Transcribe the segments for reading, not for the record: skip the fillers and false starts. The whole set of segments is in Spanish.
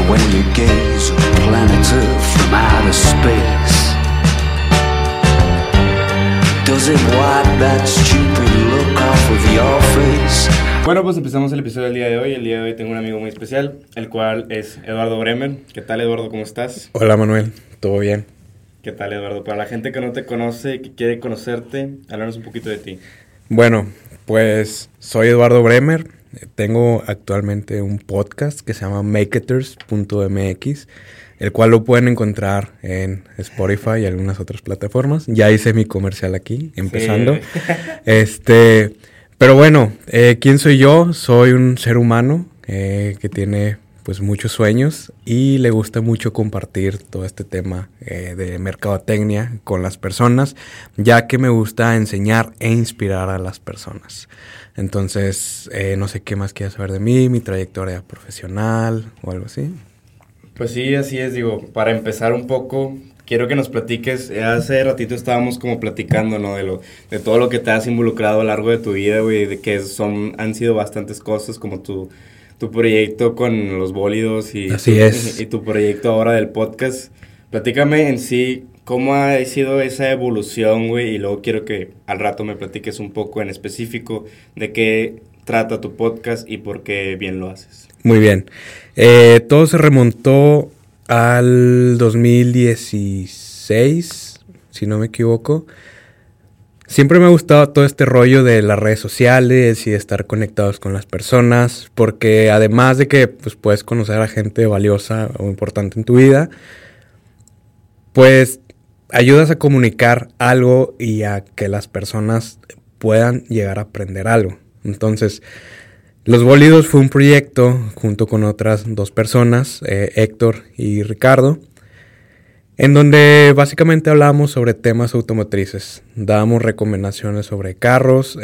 when you gaze on planet Earth from outer space? Does it wipe that stupid look off of your face? Bueno, pues empezamos el episodio del día de hoy. El día de hoy tengo un amigo muy especial, el cual es Eduardo Bremer. ¿Qué tal, Eduardo? ¿Cómo estás? Hola, Manuel. ¿Todo bien? ¿Qué tal, Eduardo? Para la gente que no te conoce y que quiere conocerte, háblanos un poquito de ti. Bueno, pues soy Eduardo Bremer. Tengo actualmente un podcast que se llama Maketers.mx, el cual lo pueden encontrar en Spotify y algunas otras plataformas. Ya hice mi comercial aquí, empezando. Sí. Pero bueno, ¿quién soy yo? Soy un ser humano que tiene pues muchos sueños y le gusta mucho compartir todo este tema de mercadotecnia con las personas, ya que me gusta enseñar e inspirar a las personas. Entonces, no sé qué más quieras saber de mí, mi trayectoria profesional o algo así. Pues sí, así es, digo, para empezar un poco, quiero que nos platiques. Hace ratito estábamos como platicando, ¿no? De todo lo que te has involucrado a lo largo de tu vida, güey, de que han sido bastantes cosas, como tu proyecto con los bólidos y tu proyecto ahora del podcast. Platícame en sí cómo ha sido esa evolución, güey, y luego quiero que al rato me platiques un poco en específico de qué trata tu podcast y por qué bien lo haces. Muy bien. Todo se remontó al 2016, si no me equivoco. Siempre me ha gustado todo este rollo de las redes sociales y de estar conectados con las personas, porque además de que pues, puedes conocer a gente valiosa o importante en tu vida, pues ayudas a comunicar algo y a que las personas puedan llegar a aprender algo. Entonces, Los Bólidos fue un proyecto junto con otras dos personas, Héctor y Ricardo, en donde básicamente hablábamos sobre temas automotrices. Dábamos recomendaciones sobre carros,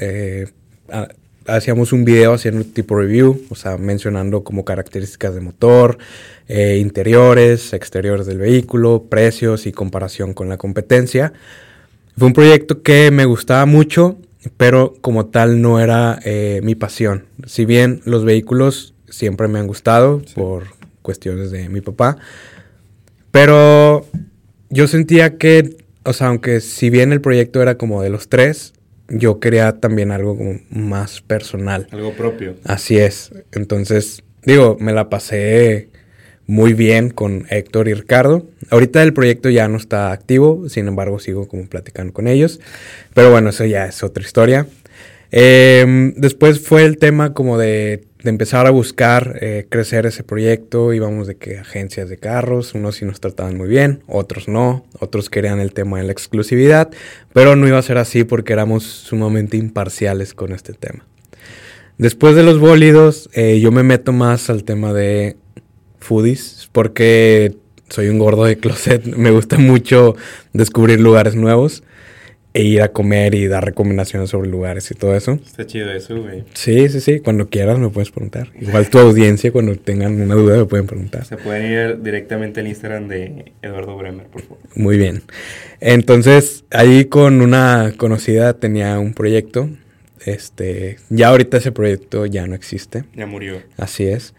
hacíamos un video haciendo un tipo review, o sea, mencionando como características de motor, interiores, exteriores del vehículo, precios y comparación con la competencia. Fue un proyecto que me gustaba mucho, pero como tal no era mi pasión. Si bien los vehículos siempre me han gustado por cuestiones de mi papá, pero yo sentía que, o sea, aunque si bien el proyecto era como de los tres, yo quería también algo como más personal. Algo propio. Así es. Entonces, digo, me la pasé muy bien con Héctor y Ricardo. Ahorita el proyecto ya no está activo, sin embargo sigo como platicando con ellos. Pero bueno, eso ya es otra historia. Después fue el tema como de empezar a buscar crecer ese proyecto. Íbamos de que agencias de carros, unos sí nos trataban muy bien, otros no. Otros querían el tema de la exclusividad, pero no iba a ser así porque éramos sumamente imparciales con este tema. Después de Los Bólidos, yo me meto más al tema de foodies, porque soy un gordo de closet. Me gusta mucho descubrir lugares nuevos e ir a comer y dar recomendaciones sobre lugares y todo eso. Está chido eso, güey. Sí. Cuando quieras me puedes preguntar. Igual tu audiencia, cuando tengan una duda, me pueden preguntar. Se pueden ir directamente al Instagram de Eduardo Bremer, por favor. Muy bien. Entonces, ahí con una conocida tenía un proyecto. Ya ahorita ese proyecto ya no existe. Ya murió. Así es.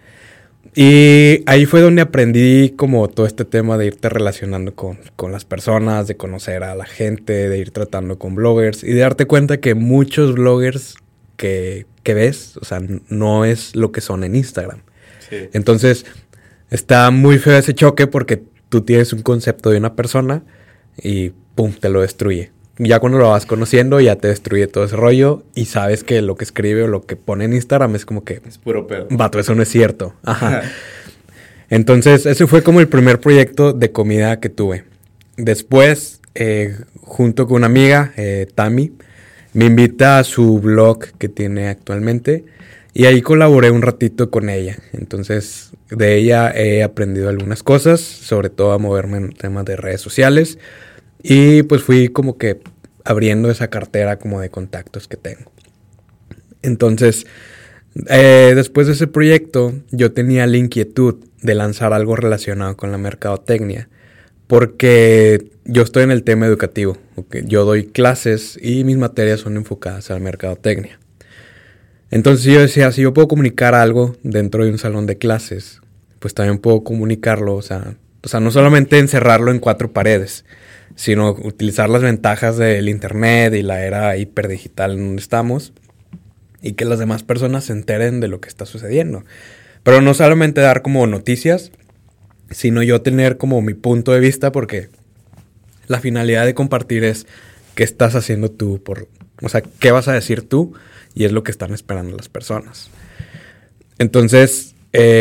Y ahí fue donde aprendí como todo este tema de irte relacionando con las personas, de conocer a la gente, de ir tratando con bloggers y de darte cuenta que muchos bloggers que ves, o sea, no es lo que son en Instagram. Sí. Entonces, está muy feo ese choque porque tú tienes un concepto de una persona y ¡pum!, te lo destruye. Ya cuando lo vas conociendo, ya te destruye todo ese rollo y sabes que lo que escribe o lo que pone en Instagram es como que... Es puro pedo. Vato, eso no es cierto. Ajá. Entonces, ese fue como el primer proyecto de comida que tuve. Después, junto con una amiga, Tami, me invita a su blog que tiene actualmente y ahí colaboré un ratito con ella. Entonces, de ella he aprendido algunas cosas, sobre todo a moverme en temas de redes sociales. Y pues fui como que abriendo esa cartera como de contactos que tengo. Entonces, después de ese proyecto, yo tenía la inquietud de lanzar algo relacionado con la mercadotecnia. Porque yo estoy en el tema educativo. ¿Okay? Yo doy clases y mis materias son enfocadas a la mercadotecnia. Entonces yo decía, si yo puedo comunicar algo dentro de un salón de clases, pues también puedo comunicarlo, o sea, no solamente encerrarlo en 4 paredes, sino utilizar las ventajas del internet y la era hiperdigital en donde estamos y que las demás personas se enteren de lo que está sucediendo. Pero no solamente dar como noticias, sino yo tener como mi punto de vista, porque la finalidad de compartir es qué estás haciendo tú, o sea, qué vas a decir tú, y es lo que están esperando las personas. Entonces,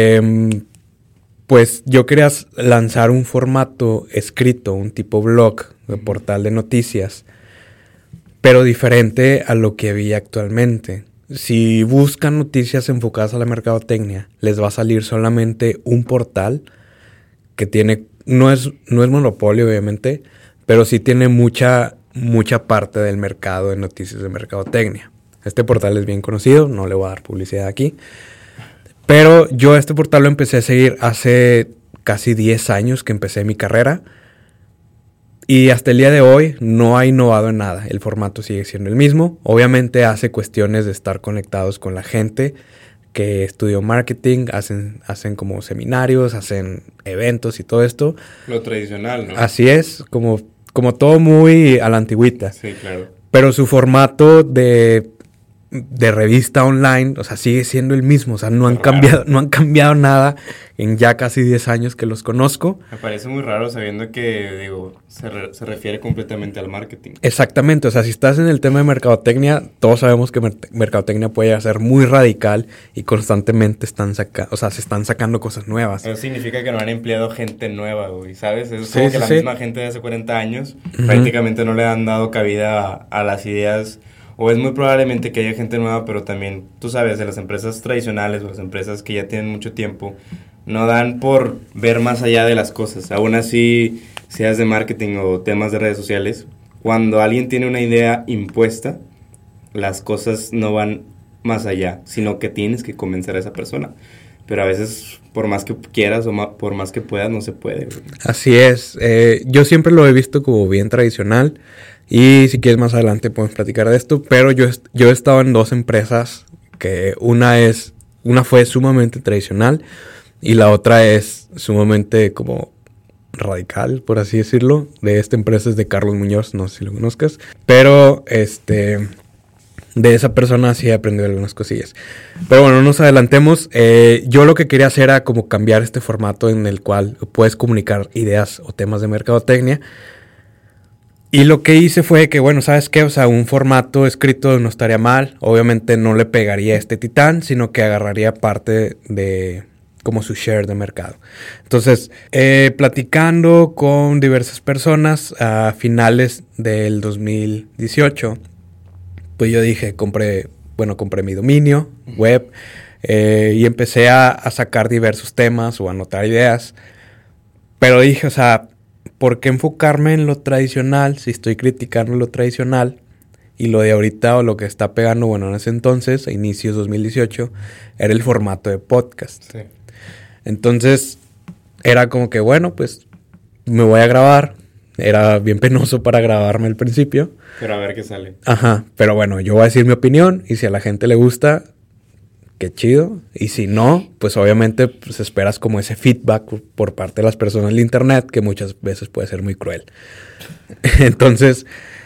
pues yo quería lanzar un formato escrito, un tipo blog, de portal de noticias, pero diferente a lo que había actualmente. Si buscan noticias enfocadas a la mercadotecnia, les va a salir solamente un portal que tiene, no es monopolio obviamente, pero sí tiene mucha parte del mercado de noticias de mercadotecnia. Este portal es bien conocido, no le voy a dar publicidad aquí. Pero yo este portal lo empecé a seguir hace casi 10 años que empecé mi carrera. Y hasta el día de hoy no ha innovado en nada. El formato sigue siendo el mismo. Obviamente hace cuestiones de estar conectados con la gente que estudió marketing, hacen como seminarios, hacen eventos y todo esto. Lo tradicional, ¿no? Así es, como todo muy a la antigüita. Sí, claro. Pero su formato de revista online, o sea, sigue siendo el mismo. O sea, no han cambiado nada en ya casi 10 años que los conozco. Me parece muy raro sabiendo que, digo, se refiere completamente al marketing. Exactamente, o sea, si estás en el tema de mercadotecnia, todos sabemos que mercadotecnia puede ser muy radical y constantemente se están sacando cosas nuevas. Eso significa que no han empleado gente nueva, güey, ¿sabes? Es Sí, como que sí, la sí. misma gente de hace 40 años prácticamente no le han dado cabida a las ideas. O es muy probablemente que haya gente nueva, pero también, tú sabes, de las empresas tradicionales o las empresas que ya tienen mucho tiempo, no dan por ver más allá de las cosas. Aún así, seas de marketing o temas de redes sociales, cuando alguien tiene una idea impuesta, las cosas no van más allá, sino que tienes que convencer a esa persona. Pero a veces, por más que quieras o por más que puedas, no se puede, güey. Así es, yo siempre lo he visto como bien tradicional y si quieres más adelante podemos platicar de esto, pero yo he estado en 2 empresas que una fue sumamente tradicional y la otra es sumamente como radical, por así decirlo. De esta empresa es de Carlos Muñoz, no sé si lo conozcas, pero de esa persona sí he aprendido algunas cosillas. Pero bueno, no nos adelantemos. Yo lo que quería hacer era como cambiar este formato en el cual puedes comunicar ideas o temas de mercadotecnia. Y lo que hice fue que, bueno, ¿sabes qué? O sea, un formato escrito no estaría mal. Obviamente no le pegaría a este titán, sino que agarraría parte de como su share de mercado. Entonces, platicando con diversas personas a finales del 2018, pues yo dije, compré mi dominio web y empecé a sacar diversos temas o a anotar ideas. Pero dije, o sea, ¿por qué enfocarme en lo tradicional si estoy criticando lo tradicional? Y lo de ahorita o lo que está pegando, bueno, en ese entonces, a inicios 2018, era el formato de podcast. Sí. Entonces, era como que, bueno, pues me voy a grabar. Era bien penoso para grabarme al principio. Pero a ver qué sale. Ajá, pero bueno, yo voy a decir mi opinión y si a la gente le gusta, qué chido. Y si no, pues obviamente pues esperas como ese feedback por parte de las personas del internet que muchas veces puede ser muy cruel. Entonces,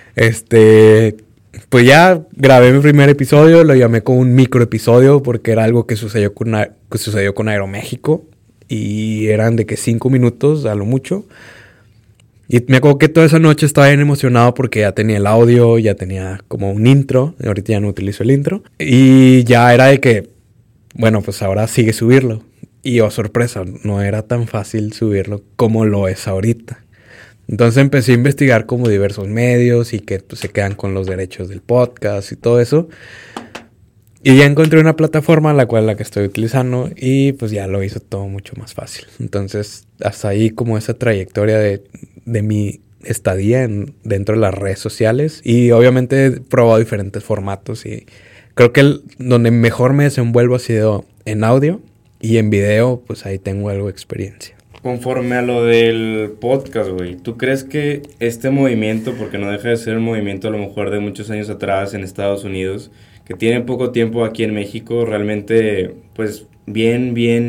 pues ya grabé mi primer episodio, lo llamé como un micro episodio porque era algo que sucedió con Aeroméxico y eran de que 5 minutos a lo mucho. Y me acuerdo que toda esa noche estaba bien emocionado porque ya tenía el audio, ya tenía como un intro. Ahorita ya no utilizo el intro. Y ya era de que, bueno, pues ahora sigue subirlo. Y oh, sorpresa, no era tan fácil subirlo como lo es ahorita. Entonces empecé a investigar como diversos medios y que pues, se quedan con los derechos del podcast y todo eso. Y ya encontré una plataforma la que estoy utilizando y pues ya lo hizo todo mucho más fácil. Entonces hasta ahí como esa trayectoria de mi estadía dentro de las redes sociales. Y obviamente he probado diferentes formatos y creo que donde mejor me desenvuelvo ha sido en audio y en video, pues ahí tengo algo de experiencia. Conforme a lo del podcast, güey, ¿tú crees que este movimiento, porque no deja de ser un movimiento a lo mejor de muchos años atrás en Estados Unidos, que tiene poco tiempo aquí en México, realmente, pues, bien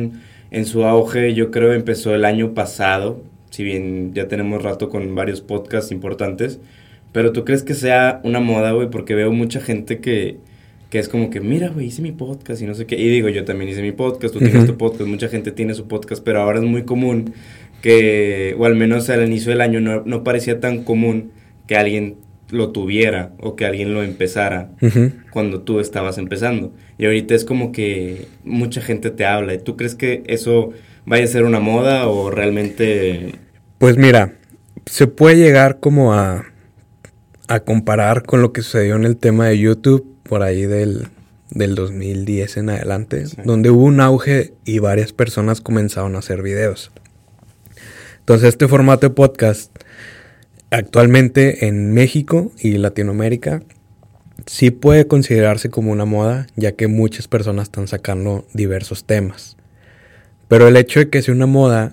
en su auge, yo creo empezó el año pasado, si bien ya tenemos rato con varios podcasts importantes, pero ¿tú crees que sea una moda, güey? Porque veo mucha gente que es como que, mira, güey, hice mi podcast y no sé qué. Y digo, yo también hice mi podcast, tú tienes tu podcast, mucha gente tiene su podcast, pero ahora es muy común que, o al menos al inicio del año, no parecía tan común que alguien lo tuviera o que alguien lo empezara cuando tú estabas empezando. Y ahorita es como que mucha gente te habla. ¿Y tú crees que eso vaya a ser una moda o realmente...? Pues mira, se puede llegar como a comparar con lo que sucedió en el tema de YouTube por ahí del 2010 en adelante, sí, donde hubo un auge y varias personas comenzaron a hacer videos. Entonces este formato de podcast actualmente en México y Latinoamérica sí puede considerarse como una moda, ya que muchas personas están sacando diversos temas. Pero el hecho de que sea una moda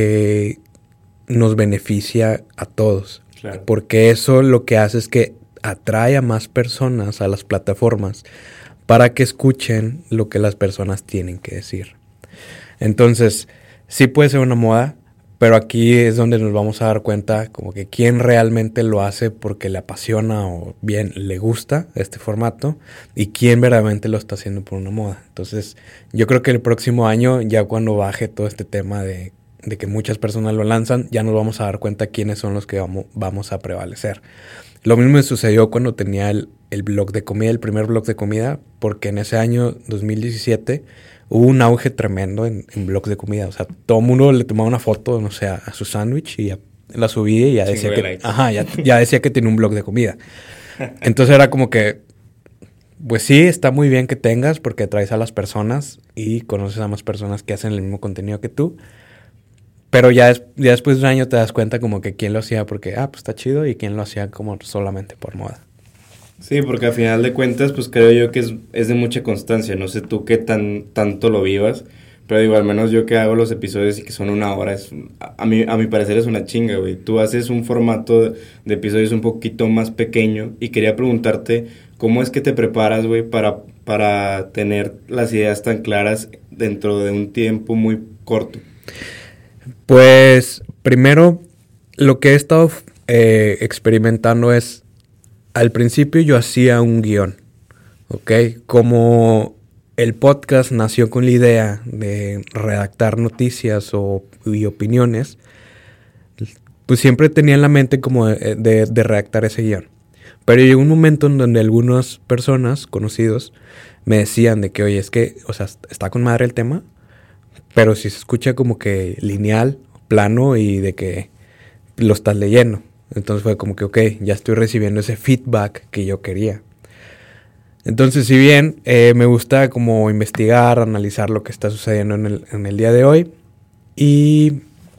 nos beneficia a todos. Claro. Porque eso lo que hace es que atrae a más personas a las plataformas para que escuchen lo que las personas tienen que decir. Entonces, sí puede ser una moda, pero aquí es donde nos vamos a dar cuenta como que quién realmente lo hace porque le apasiona o bien le gusta este formato y quién verdaderamente lo está haciendo por una moda. Entonces, yo creo que el próximo año, ya cuando baje todo este tema de que muchas personas lo lanzan, ya nos vamos a dar cuenta quiénes son los que vamos a prevalecer. Lo mismo me sucedió cuando tenía el blog de comida, el primer blog de comida, porque en ese año 2017 hubo un auge tremendo en blogs de comida. O sea, todo el mundo le tomaba una foto, no sé, a su sándwich y ya la subía y ya decía que, ya decía que tenía un blog de comida. Entonces era como que, pues sí, está muy bien que tengas porque atraes a las personas y conoces a más personas que hacen el mismo contenido que tú. Pero ya después de un año te das cuenta como que quién lo hacía porque, pues está chido, y quién lo hacía como solamente por moda. Sí, porque al final de cuentas, pues creo yo que es de mucha constancia. No sé tú qué tanto lo vivas, pero digo, al menos yo que hago los episodios y que son 1 hora, a mi parecer es una chinga, güey. Tú haces un formato de episodios un poquito más pequeño y quería preguntarte cómo es que te preparas, güey, para tener las ideas tan claras dentro de un tiempo muy corto. Pues primero lo que he estado experimentando es, al principio yo hacía un guión, ¿ok? Como el podcast nació con la idea de redactar noticias y opiniones, pues siempre tenía en la mente como de redactar ese guión. Pero llegó un momento en donde algunas personas, conocidos, me decían de que, oye, es que, o sea, está con madre el tema, pero si se escucha como que lineal, plano y de que lo estás leyendo. Entonces fue como que, ok, ya estoy recibiendo ese feedback que yo quería. Entonces, si bien me gusta como investigar, analizar lo que está sucediendo en el día de hoy, y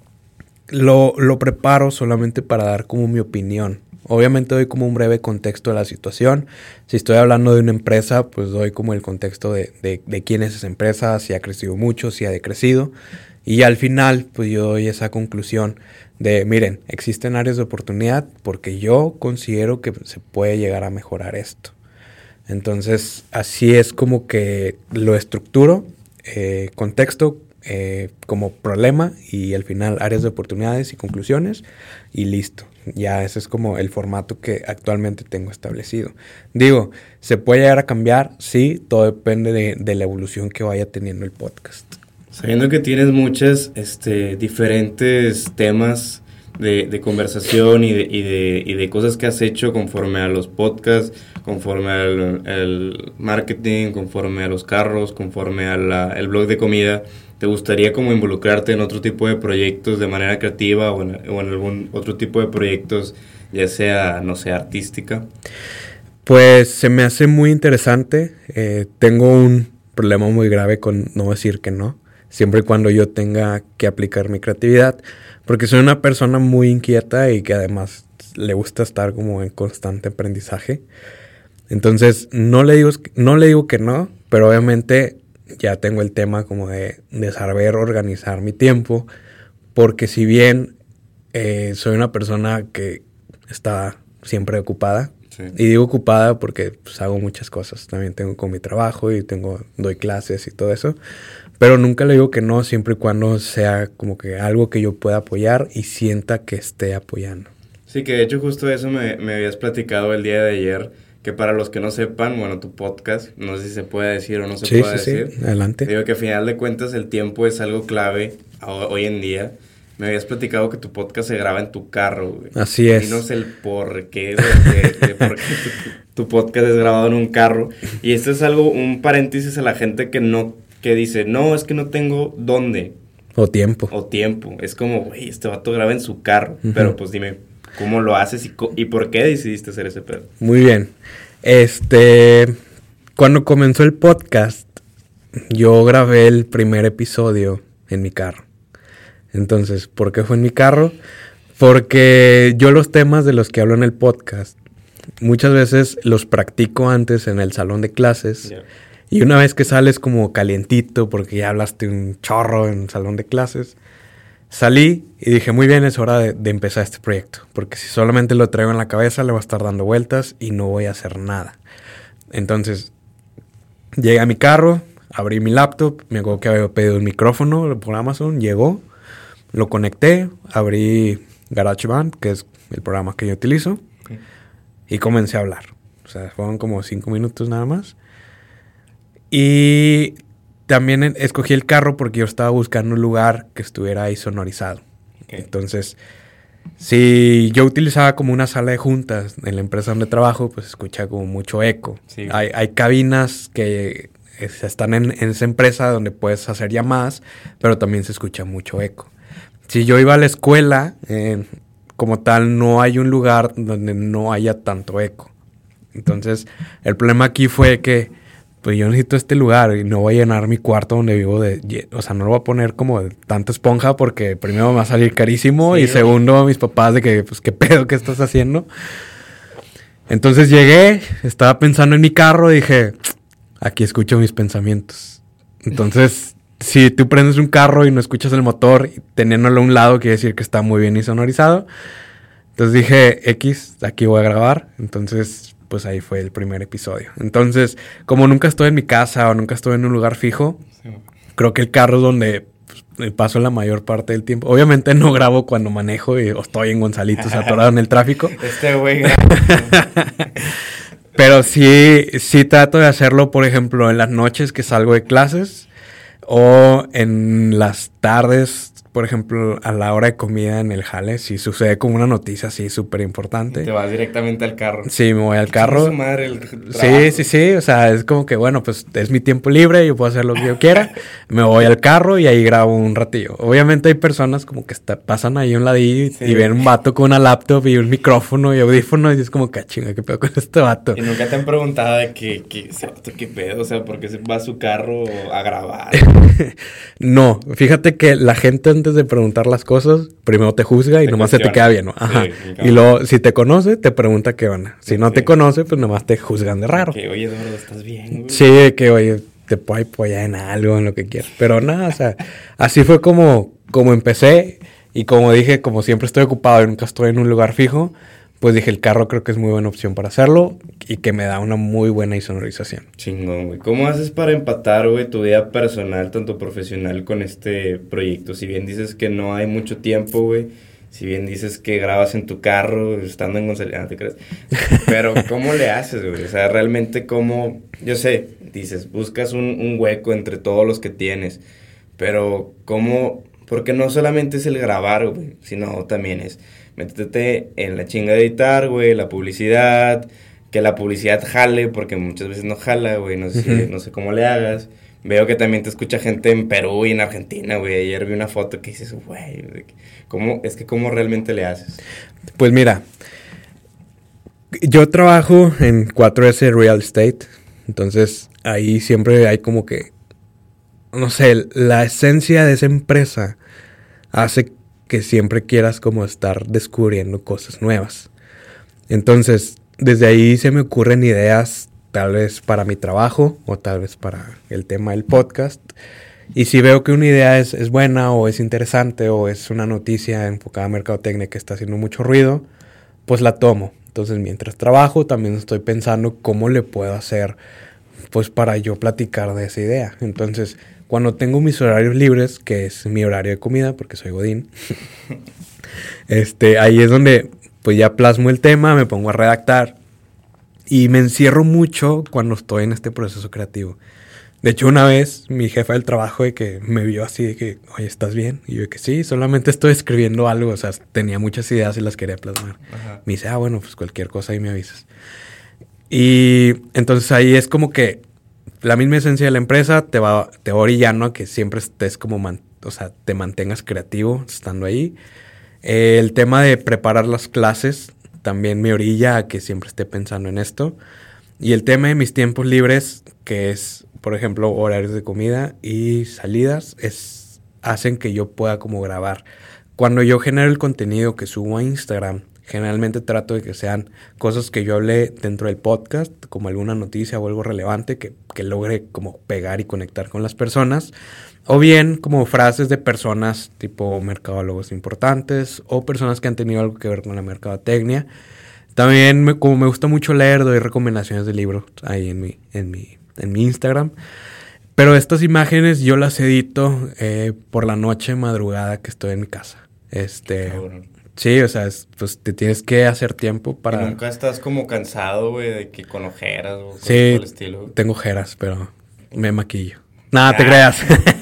lo preparo solamente para dar como mi opinión. Obviamente doy como un breve contexto de la situación. Si estoy hablando de una empresa, pues doy como el contexto de quién es esa empresa, si ha crecido mucho, si ha decrecido. Y al final, pues yo doy esa conclusión de, miren, existen áreas de oportunidad porque yo considero que se puede llegar a mejorar esto. Entonces, así es como que lo estructuro, contexto como problema y al final áreas de oportunidades y conclusiones y listo. Ya ese es como el formato que actualmente tengo establecido. Digo, ¿se puede llegar a cambiar? Sí, todo depende de la evolución que vaya teniendo el podcast. Sabiendo que tienes muchas diferentes temas de conversación y de cosas que has hecho conforme a los podcasts, conforme al marketing, conforme a los carros, conforme al blog de comida, ¿te gustaría como involucrarte en otro tipo de proyectos de manera creativa o en algún otro tipo de proyectos, ya sea, no sé, artística? Pues se me hace muy interesante. Tengo un problema muy grave con no decir que no, siempre y cuando yo tenga que aplicar mi creatividad, porque soy una persona muy inquieta y que además le gusta estar como en constante aprendizaje. Entonces, no le digo que no, pero obviamente ya tengo el tema como de saber organizar mi tiempo, porque si bien soy una persona que está siempre ocupada, Sí. Y digo ocupada porque pues hago muchas cosas. También tengo con mi trabajo y doy clases y todo eso. Pero nunca le digo que no, siempre y cuando sea como que algo que yo pueda apoyar y sienta que esté apoyando. Sí, que de hecho justo eso me habías platicado el día de ayer, que para los que no sepan, bueno, tu podcast, no sé si se puede decir o no se puede decir. Sí, adelante. Digo que al final de cuentas el tiempo es algo clave hoy en día. Me habías platicado que tu podcast se graba en tu carro, güey. Así es. Dinos el por qué, de por qué tu podcast es grabado en un carro. Y esto es algo, un paréntesis a la gente que dice, no, es que no tengo dónde. O tiempo. O tiempo. Es como, güey, este vato graba en su carro. Pero pues dime, ¿cómo lo haces y por qué decidiste hacer ese pedo? Muy bien. Cuando comenzó el podcast, yo grabé el primer episodio en mi carro. Entonces, ¿por qué fue en mi carro? Porque yo los temas de los que hablo en el podcast, muchas veces los practico antes en el salón de clases. Yeah. Y una vez que sales como calientito, porque ya hablaste un chorro en el salón de clases, salí y dije, muy bien, es hora de empezar este proyecto. Porque si solamente lo traigo en la cabeza, le voy a estar dando vueltas y no voy a hacer nada. Entonces, llegué a mi carro, abrí mi laptop, me acuerdo que había pedido un micrófono por Amazon, llegó, lo conecté, abrí GarageBand, que es el programa que yo utilizo, y comencé a hablar. O sea, fueron como 5 minutos nada más. Y también escogí el carro porque yo estaba buscando un lugar que estuviera ahí sonorizado. Okay. Entonces, si yo utilizaba como una sala de juntas en la empresa donde trabajo, pues escucha como mucho eco. Sí. Hay cabinas que están en esa empresa donde puedes hacer llamadas, pero también se escucha mucho eco. Si yo iba a la escuela, como tal, no hay un lugar donde no haya tanto eco. Entonces, el problema aquí fue que pues yo necesito este lugar y no voy a llenar mi cuarto donde vivo o sea, no lo voy a poner como de tanta esponja porque primero me va a salir carísimo, sí, y segundo, mis papás de que, pues, ¿qué pedo que estás haciendo? Entonces llegué, estaba pensando en mi carro y dije, aquí escucho mis pensamientos. Entonces, si tú prendes un carro y no escuchas el motor, teniéndolo a un lado, quiere decir que está muy bien sonorizado. Entonces dije, aquí voy a grabar. Entonces, pues ahí fue el primer episodio. Entonces, como nunca estoy en mi casa o nunca estoy en un lugar fijo, sí, creo que el carro es donde paso la mayor parte del tiempo. Obviamente no grabo cuando manejo o estoy en Gonzalitos atorado en el tráfico. Güey. Pero sí trato de hacerlo, por ejemplo, en las noches que salgo de clases o en las tardes, por ejemplo, a la hora de comida en el jale, si sucede como una noticia así súper importante. Y te vas directamente al carro. Sí, me voy al carro. Su madre el Sí. O sea, es como que, bueno, pues es mi tiempo libre, yo puedo hacer lo que yo quiera. Me voy al carro y ahí grabo un ratillo. Obviamente hay personas como que pasan ahí un ladillo y ven un vato con una laptop y un micrófono y audífonos y es como que, chinga, ¿qué pedo con este vato? Y nunca te han preguntado de qué pedo, o sea, ¿por qué se va a su carro a grabar? No, fíjate que la gente antes de preguntar las cosas, primero te juzga y nomás se te queda bien, ¿no? Ajá. Sí, y luego, si te conoce, te pregunta qué onda. Si no te conoce, pues nomás te juzgan de raro. Que, oye, Eduardo, ¿estás bien, güey? Sí, que, oye, te puedo apoyar en algo, en lo que quieras. Pero nada, o sea, así fue como empecé. Y como dije, como siempre estoy ocupado y nunca estoy en un lugar fijo, pues dije, el carro creo que es muy buena opción para hacerlo y que me da una muy buena insonorización. Chingón, güey. ¿Cómo haces para empatar, güey, tu vida personal, tanto profesional, con este proyecto? Si bien dices que no hay mucho tiempo, güey, si bien dices que grabas en tu carro, estando en González, ¿te crees? Pero, ¿cómo le haces, güey? O sea, realmente, ¿cómo? Yo sé, dices, buscas un hueco entre todos los que tienes, pero, ¿cómo? Porque no solamente es el grabar, güey, sino también es métete en la chinga de editar, güey, la publicidad, que la publicidad jale, porque muchas veces no jala, güey, no sé cómo le hagas. Veo que también te escucha gente en Perú y en Argentina, güey. Ayer vi una foto que dices, güey, ¿cómo realmente le haces? Pues mira, yo trabajo en 4S Real Estate, entonces ahí siempre hay como que, no sé, la esencia de esa empresa hace que siempre quieras como estar descubriendo cosas nuevas. Entonces, desde ahí se me ocurren ideas, tal vez para mi trabajo o tal vez para el tema del podcast. Y si veo que una idea es buena o es interesante o es una noticia enfocada a mercadotecnia que está haciendo mucho ruido, pues la tomo. Entonces, mientras trabajo, también estoy pensando cómo le puedo hacer, pues, para yo platicar de esa idea. Entonces, cuando tengo mis horarios libres, que es mi horario de comida, porque soy godín, ahí es donde, pues, ya plasmo el tema, me pongo a redactar y me encierro mucho cuando estoy en este proceso creativo. De hecho, una vez mi jefa del trabajo de que me vio así de que, oye, ¿estás bien? Y yo de que sí, solamente estoy escribiendo algo. O sea, tenía muchas ideas y las quería plasmar. Ajá. Me dice, bueno, pues cualquier cosa ahí me avisas. Y entonces ahí es como que la misma esencia de la empresa te va orillando a que siempre estés como, o sea, te mantengas creativo estando ahí. El tema de preparar las clases también me orilla a que siempre esté pensando en esto. Y el tema de mis tiempos libres, que es, por ejemplo, horarios de comida y salidas, hacen que yo pueda como grabar. Cuando yo genero el contenido que subo a Instagram, generalmente trato de que sean cosas que yo hablé dentro del podcast, como alguna noticia o algo relevante que logre como pegar y conectar con las personas. O bien como frases de personas tipo mercadólogos importantes o personas que han tenido algo que ver con la mercadotecnia. También, como me gusta mucho leer, doy recomendaciones de libros ahí en mi Instagram. Pero estas imágenes yo las edito por la noche, madrugada, que estoy en mi casa. Sí, o sea, pues te tienes que hacer tiempo para... ¿Y nunca estás como cansado, güey, de que con ojeras o cosas sí, por el estilo? Tengo ojeras, pero me maquillo. Nada, te creas.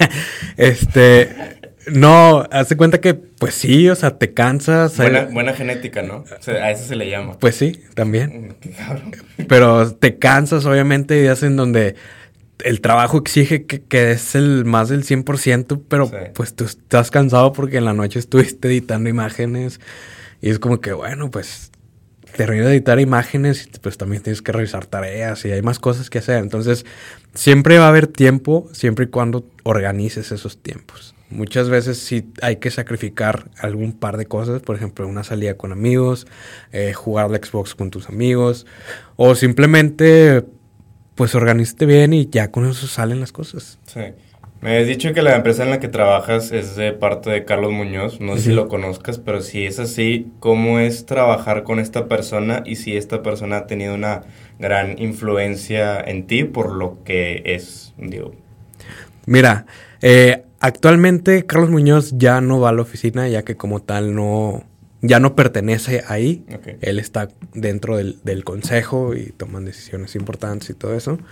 No, hazte cuenta que, pues sí, o sea, te cansas. Buena genética, ¿no? O sea, a eso se le llama. Pues sí, también. Qué cabrón. Pero te cansas, obviamente, y hacen donde el trabajo exige que des más del 100%, pero sí, pues tú estás cansado porque en la noche estuviste editando imágenes y es como que, bueno, pues termino de editar imágenes y pues también tienes que revisar tareas y hay más cosas que hacer. Entonces, siempre va a haber tiempo, siempre y cuando organices esos tiempos. Muchas veces sí hay que sacrificar algún par de cosas, por ejemplo, una salida con amigos, jugar al Xbox con tus amigos, o simplemente, pues, organízate bien y ya con eso salen las cosas. Sí. Me has dicho que la empresa en la que trabajas es de parte de Carlos Muñoz, no sé si lo conozcas, pero si es así, ¿cómo es trabajar con esta persona y si esta persona ha tenido una gran influencia en ti por lo que es, digo? Mira, actualmente Carlos Muñoz ya no va a la oficina, ya que como tal ya no pertenece ahí. Okay. Él está dentro del consejo y toman decisiones importantes y todo eso.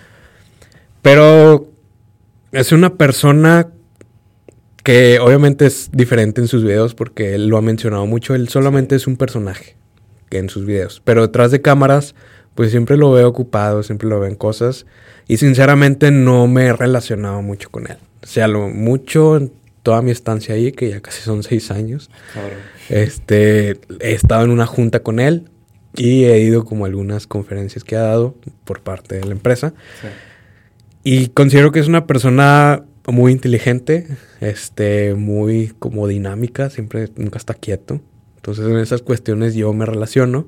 Pero es una persona que obviamente es diferente en sus videos porque él lo ha mencionado mucho. Él solamente es un personaje en sus videos. Pero detrás de cámaras, pues siempre lo veo ocupado, siempre lo veo en cosas. Y sinceramente no me he relacionado mucho con él. O sea, lo mucho en toda mi estancia ahí, que ya casi son 6 años. Claro. He estado en una junta con él y he ido como a algunas conferencias que ha dado por parte de la empresa. Sí. Y considero que es una persona muy inteligente, muy como dinámica, nunca está quieto. Entonces en esas cuestiones yo me relaciono.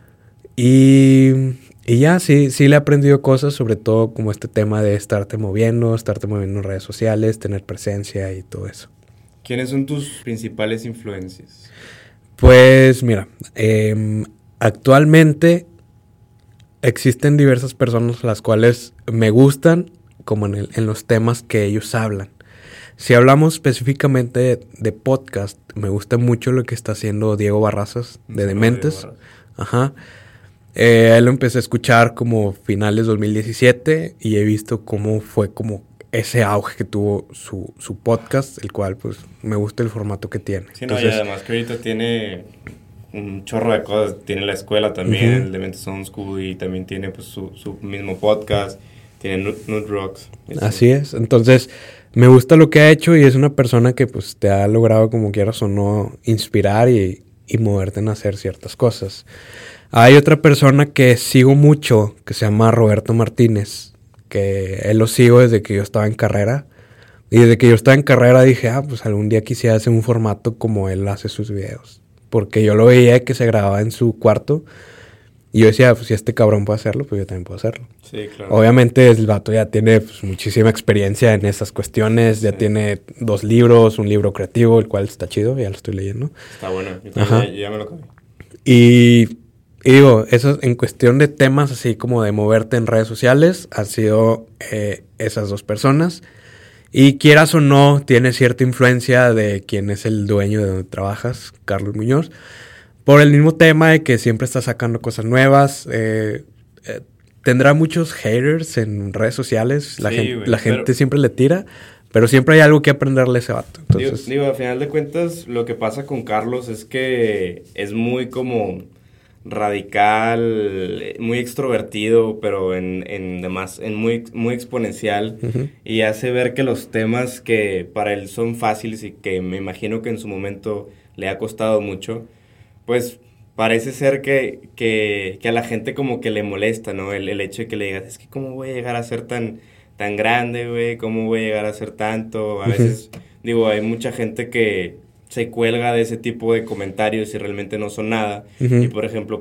Y ya sí le he aprendido cosas, sobre todo como este tema de estarte moviendo en redes sociales, tener presencia y todo eso. ¿Quiénes son tus principales influencias? Pues mira, actualmente existen diversas personas las cuales me gustan como en los temas que ellos hablan. Si hablamos específicamente de podcast, me gusta mucho lo que está haciendo Diego Barrazas de Dementes. Ajá. Él lo empecé a escuchar como finales de 2017 y he visto cómo fue como ese auge que tuvo su podcast, el cual pues me gusta el formato que tiene. Sí, entonces, y además que ahorita tiene un chorro de cosas, tiene la escuela también, el Dementes Sound School, y también tiene pues su mismo podcast, tiene Nude Rocks. Así es, entonces me gusta lo que ha hecho y es una persona que pues te ha logrado como quieras o no inspirar y moverte en hacer ciertas cosas. Hay otra persona que sigo mucho, que se llama Roberto Martínez, que él lo sigo desde que yo estaba en carrera. Y desde que yo estaba en carrera dije, pues algún día quisiera hacer un formato como él hace sus videos. Porque yo lo veía que se grababa en su cuarto. Y yo decía, pues si este cabrón puede hacerlo, pues yo también puedo hacerlo. Sí, claro. Obviamente el vato ya tiene pues, muchísima experiencia en esas cuestiones. Ya tiene 2 libros, un libro creativo, el cual está chido, ya lo estoy leyendo. Está bueno, yo ya me lo acabé. Y digo, eso en cuestión de temas así como de moverte en redes sociales, han sido esas dos personas. Y quieras o no, tiene cierta influencia de quién es el dueño de donde trabajas, Carlos Muñoz. Por el mismo tema de que siempre está sacando cosas nuevas. Tendrá muchos haters en redes sociales. La gente siempre le tira. Pero siempre hay algo que aprenderle a ese vato. Entonces, digo, al final de cuentas, lo que pasa con Carlos es que es muy como radical, muy extrovertido, pero muy exponencial. uh-huh. Y hace ver que los temas que para él son fáciles y que me imagino que en su momento le ha costado mucho, pues parece ser que a la gente como que le molesta, ¿no? El hecho de que le digas, es que cómo voy a llegar a ser tan grande, güey, ¿cómo voy a llegar a ser tanto? A veces, digo, hay mucha gente que se cuelga de ese tipo de comentarios y realmente no son nada. Uh-huh. Y, por ejemplo,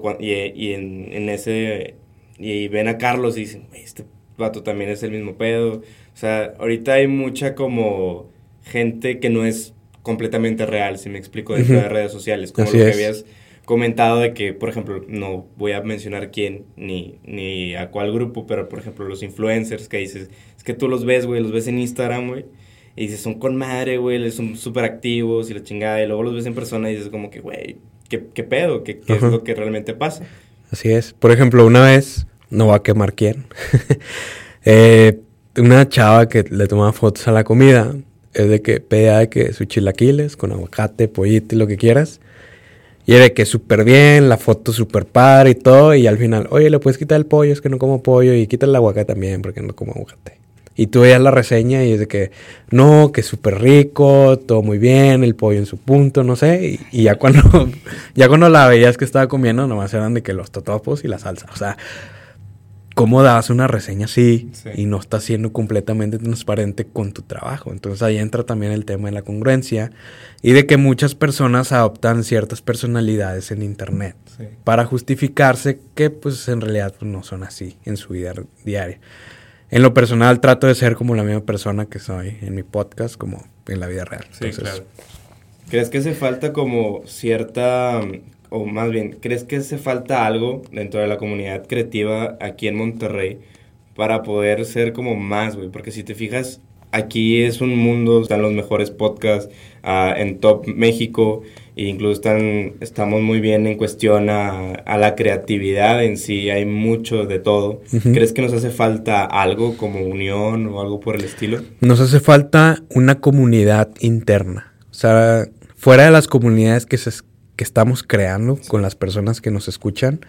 y ven a Carlos y dicen, güey, este vato también es el mismo pedo. O sea, ahorita hay mucha como gente que no es completamente real, si me explico, dentro uh-huh. de redes sociales. Como Así lo que es. habías comentado de que, por ejemplo, no voy a mencionar quién ni a cuál grupo, pero por ejemplo los influencers que dices, es que tú los ves, güey, los ves en Instagram, güey, y dices, son con madre, güey, son súper activos y la chingada, y luego los ves en persona y dices como que, güey, ¿qué pedo? ¿Qué es lo que realmente pasa? Así es. Por ejemplo, una vez, no voy a quemar quién, una chava que le tomaba fotos a la comida, es de que pedía de que sus chilaquiles con aguacate, pollito y lo que quieras. Y de que súper bien, la foto súper padre y todo. Y al final, oye, ¿le puedes quitar el pollo? Es que no como pollo. Y quita el aguacate también, porque no como aguacate. Y tú veías la reseña y es de que, no, que súper rico, todo muy bien, el pollo en su punto, no sé. Y ya cuando la veías que estaba comiendo, nomás eran de que los totopos y la salsa. O sea, ¿cómo das una reseña así? Sí. Y no estás siendo completamente transparente con tu trabajo? Entonces ahí entra también el tema de la congruencia y de que muchas personas adoptan ciertas personalidades en internet Sí. para justificarse que pues en realidad pues, no son así en su vida diaria. En lo personal trato de ser como la misma persona que soy en mi podcast como en la vida real. Sí, Entonces, claro. ¿Crees que hace falta como cierta, o más bien, crees que hace falta algo dentro de la comunidad creativa aquí en Monterrey para poder ser como más, güey? Porque si te fijas, aquí es un mundo, están los mejores podcasts en Top México, e incluso estamos muy bien en cuestión a la creatividad en sí, hay mucho de todo. uh-huh. ¿Crees que nos hace falta algo como unión o algo por el estilo? Nos hace falta una comunidad interna. O sea, fuera de las comunidades que estamos creando con las personas que nos escuchan,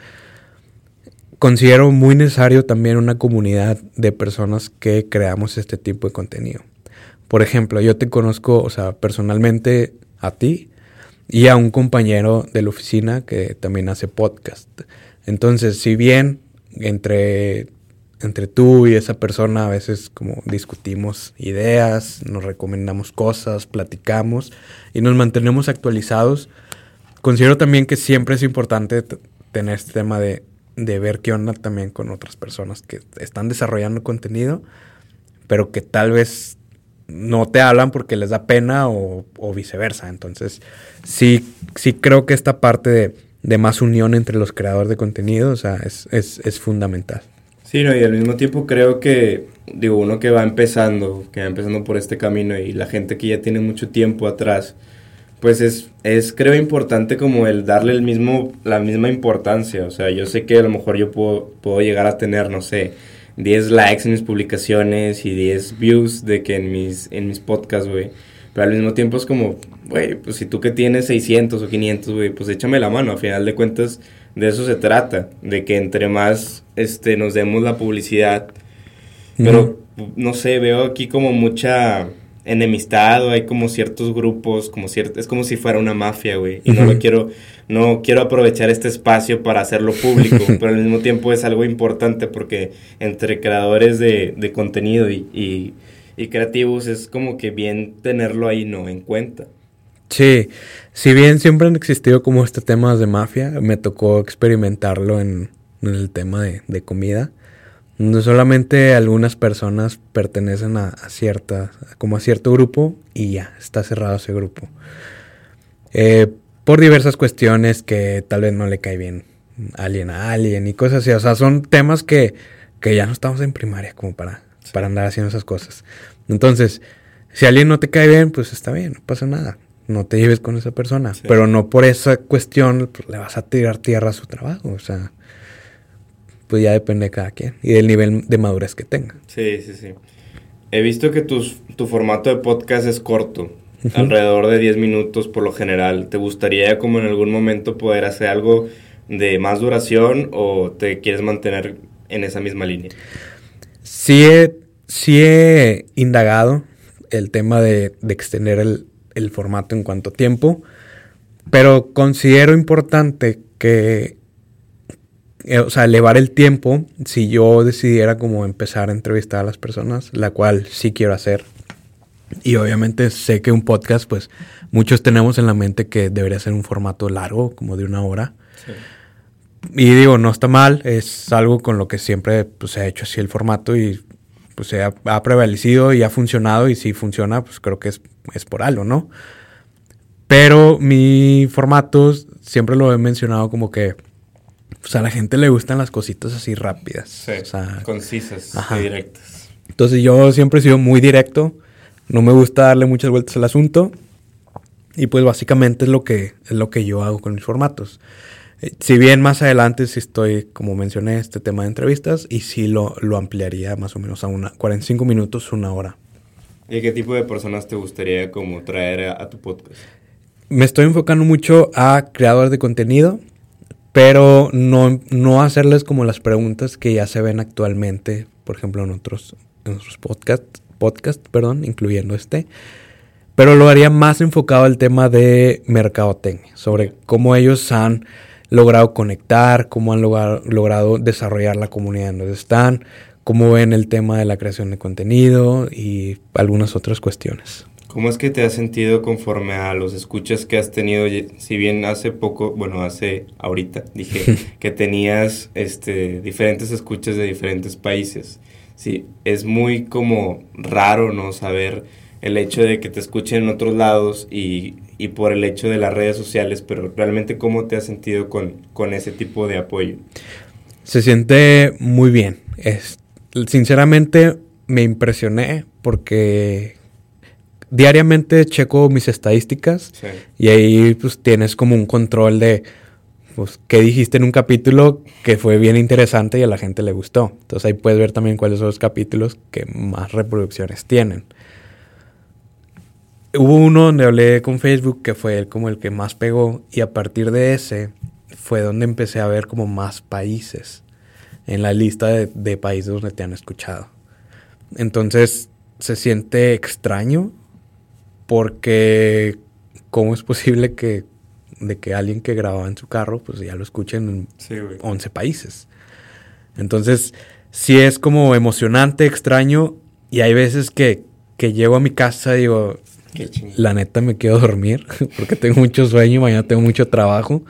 considero muy necesario también una comunidad de personas que creamos este tipo de contenido. Por ejemplo, yo te conozco, o sea, personalmente a ti y a un compañero de la oficina que también hace podcast. Entonces, si bien entre tú y esa persona a veces como discutimos ideas, nos recomendamos cosas, platicamos y nos mantenemos actualizados, considero también que siempre es importante tener este tema de ver qué onda también con otras personas que están desarrollando contenido, pero que tal vez no te hablan porque les da pena o viceversa. Entonces, sí creo que esta parte de más unión entre los creadores de contenido, o sea, es fundamental. Sí, no, y al mismo tiempo creo que, digo, uno que va empezando por este camino y la gente que ya tiene mucho tiempo atrás, pues es creo importante como el darle la misma importancia. O sea, yo sé que a lo mejor yo puedo llegar a tener, no sé, 10 likes en mis publicaciones y 10 views de que en mis podcasts, güey. Pero al mismo tiempo es como, güey, pues si tú que tienes 600 o 500, güey, pues échame la mano. Al final de cuentas, de eso se trata. De que entre más nos demos la publicidad. Pero, no sé, veo aquí como mucha enemistad o hay como ciertos grupos, es como si fuera una mafia, güey. Y no quiero aprovechar este espacio para hacerlo público, pero al mismo tiempo es algo importante porque entre creadores de contenido y creativos es como que bien tenerlo ahí, ¿no?, en cuenta. Sí, si bien siempre han existido como este tema de mafia, me tocó experimentarlo en el tema de comida. No solamente algunas personas pertenecen a cierto grupo y ya, está cerrado ese grupo. Por diversas cuestiones que tal vez no le cae bien Alien a Alien y cosas así. O sea, son temas que ya no estamos en primaria como para andar haciendo esas cosas. Entonces, si alguien no te cae bien, pues está bien, no pasa nada. No te lleves con esa persona. Sí. Pero no por esa cuestión pues, le vas a tirar tierra a su trabajo. O sea, pues ya depende de cada quien y del nivel de madurez que tenga. Sí. He visto que tu formato de podcast es corto, alrededor de 10 minutos por lo general. ¿Te gustaría como en algún momento poder hacer algo de más duración o te quieres mantener en esa misma línea? Sí he indagado el tema de extender el formato en cuanto a tiempo, pero considero importante que elevar el tiempo si yo decidiera como empezar a entrevistar a las personas, la cual sí quiero hacer. Y obviamente sé que un podcast, pues, muchos tenemos en la mente que debería ser un formato largo, como de 1 hora. Sí. Y digo, no está mal, es algo con lo que siempre pues, se ha hecho así el formato y pues ha prevalecido y ha funcionado. Y si funciona, pues creo que es por algo, ¿no? Pero mi formato siempre lo he mencionado como que pues a la gente le gustan las cositas así rápidas. Sí, o sea, concisas y directas. Entonces yo siempre he sido muy directo. No me gusta darle muchas vueltas al asunto. Y pues básicamente es lo que yo hago con mis formatos. Si bien más adelante sí estoy, como mencioné, este tema de entrevistas. Y sí lo ampliaría más o menos a 45 minutos, 1 hora. ¿Y qué tipo de personas te gustaría como traer a tu podcast? Me estoy enfocando mucho a creadores de contenido. Pero no hacerles como las preguntas que ya se ven actualmente, por ejemplo, en otros podcast, incluyendo este. Pero lo haría más enfocado al tema de mercadotecnia, sobre cómo ellos han logrado conectar, cómo han logrado desarrollar la comunidad en donde están, cómo ven el tema de la creación de contenido y algunas otras cuestiones. ¿Cómo es que te has sentido conforme a los escuchas que has tenido? Si bien ahorita dije que tenías diferentes escuchas de diferentes países. Sí, es muy como raro, ¿no? Saber el hecho de que te escuchen en otros lados y por el hecho de las redes sociales, pero realmente ¿cómo te has sentido con ese tipo de apoyo? Se siente muy bien. Sinceramente me impresioné porque diariamente checo mis estadísticas y ahí pues tienes como un control de pues qué dijiste en un capítulo que fue bien interesante y a la gente le gustó. Entonces ahí puedes ver también cuáles son los capítulos que más reproducciones tienen. Hubo uno donde hablé con Facebook que fue como el que más pegó y a partir de ese fue donde empecé a ver como más países en la lista de países donde te han escuchado. Entonces se siente extraño porque ¿cómo es posible que alguien que grababa en su carro pues ya lo escuchen en 11 países? Entonces sí es como emocionante, extraño y hay veces que llego a mi casa y digo, la neta me quedo a dormir porque tengo mucho sueño y mañana tengo mucho trabajo.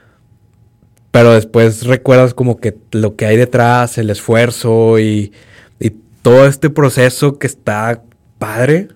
Pero después recuerdas como que lo que hay detrás, el esfuerzo y todo este proceso que está padre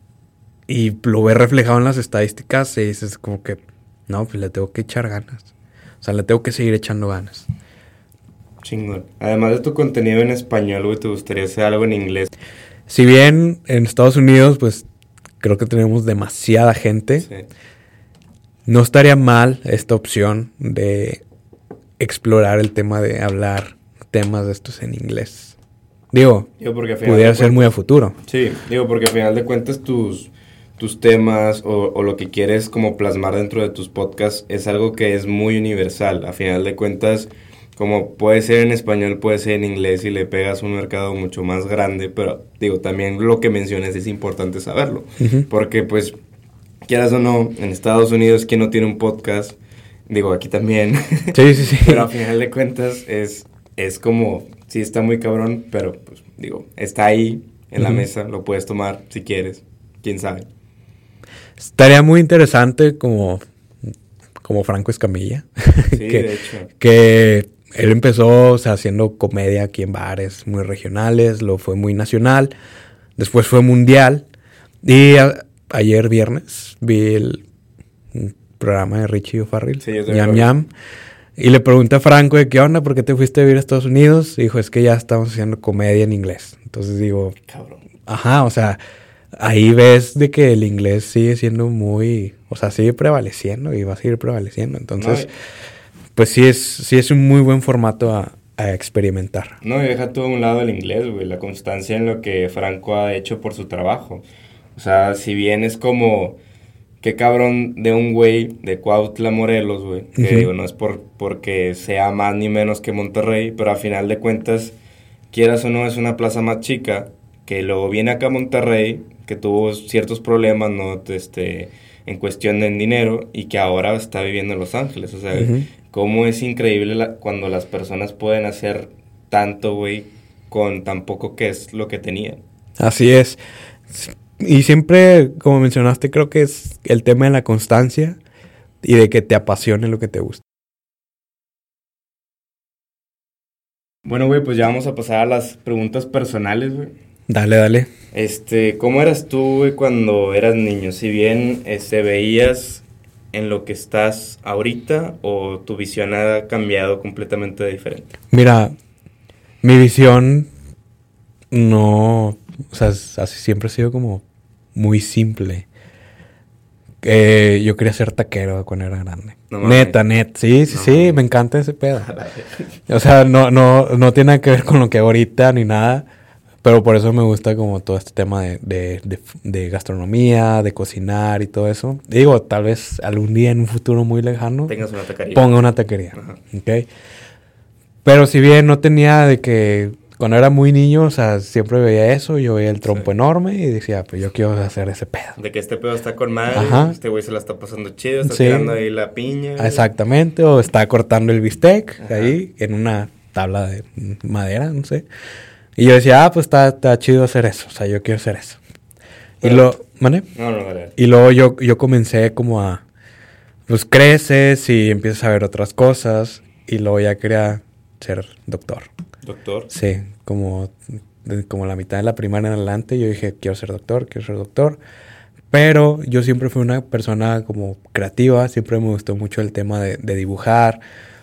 y lo ves reflejado en las estadísticas y dices como que no, pues le tengo que echar ganas. O sea, le tengo que seguir echando ganas. Chingón. Además de tu contenido en español, güey, ¿te gustaría hacer algo en inglés? Si bien en Estados Unidos, pues creo que tenemos demasiada gente. Sí. No estaría mal esta opción de explorar el tema de hablar temas de estos en inglés. Digo porque pudiera ser muy a futuro. Sí, porque al final de cuentas tus temas o lo que quieres como plasmar dentro de tus podcasts es algo que es muy universal. A final de cuentas, como puede ser en español, puede ser en inglés y le pegas un mercado mucho más grande, pero también lo que menciones es importante saberlo. Uh-huh. Porque pues, quieras o no, en Estados Unidos, ¿quién no tiene un podcast? Aquí también. Sí. Pero a final de cuentas es como, sí está muy cabrón, pero pues está ahí en la mesa, lo puedes tomar si quieres, quién sabe. Estaría muy interesante como Franco Escamilla. Sí, de hecho. Que él empezó haciendo comedia aquí en bares muy regionales, lo fue muy nacional, después fue mundial y ayer viernes vi un programa de Richie O'Farrill, Ñam Ñam, Y le pregunté a Franco de qué onda, ¿por qué te fuiste a vivir a Estados Unidos? Y dijo, es que ya estamos haciendo comedia en inglés. Entonces digo, Cabrón. ajá, o sea, ahí ves de que el inglés sigue siendo muy, o sea, sigue prevaleciendo y va a seguir prevaleciendo. Entonces, pues sí es un muy buen formato a experimentar. No, y deja todo a un lado el inglés, güey, la constancia en lo que Franco ha hecho por su trabajo. O sea, si bien es como, qué cabrón de un güey de Cuautla, Morelos, güey, que Ujú. digo, no es porque sea más ni menos que Monterrey, pero a final de cuentas, quieras o no, es una plaza más chica, que luego viene acá a Monterrey, que tuvo ciertos problemas, ¿no? En cuestión de dinero, y que ahora está viviendo en Los Ángeles. O sea, Ujú. cómo es increíble cuando las personas pueden hacer tanto, güey, con tan poco que es lo que tenían. Así es. Y siempre, como mencionaste, creo que es el tema de la constancia y de que te apasione lo que te gusta. Bueno, güey, pues ya vamos a pasar a las preguntas personales, güey. Dale, dale. ¿Cómo eras tú, güey, cuando eras niño? Si bien, veías en lo que estás ahorita o tu visión ha cambiado completamente diferente. Mira, mi visión no, o sea, así siempre ha sido como muy simple. Yo quería ser taquero cuando era grande. No mames. Neta, sí, No sí, mames. me encanta ese pedo. O sea, no tiene nada que ver con lo que hago ahorita ni nada, pero por eso me gusta como todo este tema de gastronomía, de cocinar y todo eso. Digo, tal vez algún día en un futuro muy lejano Tengas una taquería. ponga una taquería, Ajá. ¿ok? Pero si bien no tenía de que cuando era muy niño, o sea, siempre veía eso, yo veía el trompo Sí. enorme y decía, pues yo quiero hacer ese pedo. De que este pedo está con madre, Ajá. este güey se la está pasando chido, está Sí. tirando ahí la piña. güey. Exactamente, o está cortando el bistec Ajá. ahí en una tabla de madera, no sé. Y yo decía, pues está chido hacer eso, o sea, yo quiero hacer eso. Pero- ¿Vale? No, dale. Y luego yo comencé como pues creces y empiezas a ver otras cosas y luego ya quería ser doctor. Doctor. Sí, como la mitad de la primaria en adelante yo dije, quiero ser doctor. Pero yo siempre fui una persona como creativa, siempre me gustó mucho el tema de dibujar,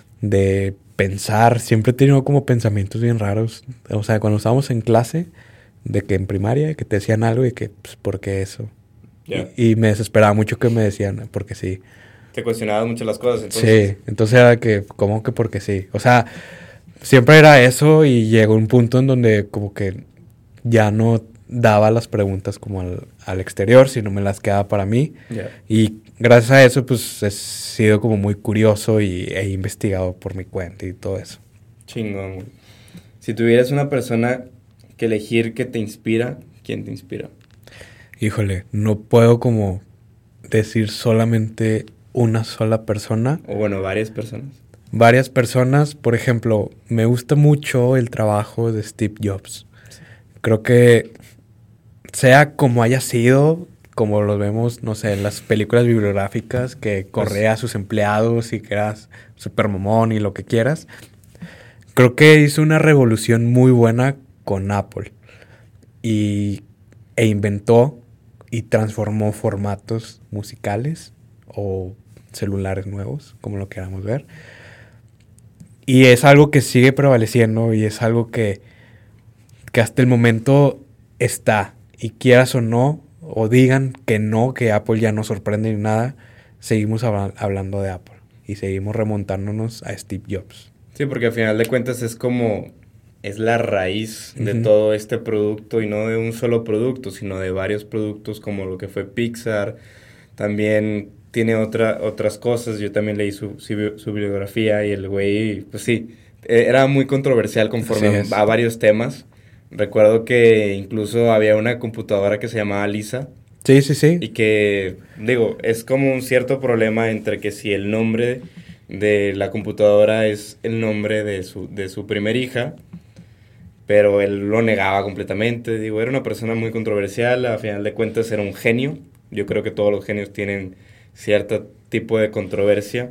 de pensar, siempre he tenido como pensamientos bien raros. O sea, cuando estábamos en clase, de que en primaria, que te decían algo y que, pues, ¿por qué eso? Ya. Y me desesperaba mucho que me decían, porque sí. Te cuestionabas mucho las cosas, entonces. Sí, entonces era que, ¿cómo que porque sí? O sea, siempre era eso y llegó un punto en donde como que ya no daba las preguntas como al exterior, sino me las quedaba para mí. Ya. Y gracias a eso, pues he sido como muy curioso y he investigado por mi cuenta y todo eso. Chingón, güey. Si tuvieras una persona que elegir que te inspira, ¿quién te inspira? Híjole, no puedo como decir solamente una sola persona. O bueno, varias personas. Varias personas, por ejemplo, me gusta mucho el trabajo de Steve Jobs. Creo que sea como haya sido, como lo vemos, no sé, en las películas bibliográficas, que correa a sus empleados y que era súper mamón y lo que quieras. Creo que hizo una revolución muy buena con Apple e inventó y transformó formatos musicales o celulares nuevos, como lo queramos ver. Y es algo que sigue prevaleciendo y es algo que hasta el momento está. Y quieras o no, o digan que no, que Apple ya no sorprende ni nada, seguimos hablando de Apple. Y seguimos remontándonos a Steve Jobs. Sí, porque al final de cuentas es la raíz de Ujú. todo este producto y no de un solo producto, sino de varios productos como lo que fue Pixar. También tiene otras cosas. Yo también leí su bibliografía y el güey, pues sí, era muy controversial conforme Así es. a varios temas. Recuerdo que incluso había una computadora que se llamaba Lisa Sí, sí, sí. y que, digo, es como un cierto problema entre que si el nombre de la computadora es el nombre de su primer hija, pero él lo negaba completamente. Digo, era una persona muy controversial, a final de cuentas era un genio. Yo creo que todos los genios tienen cierto tipo de controversia.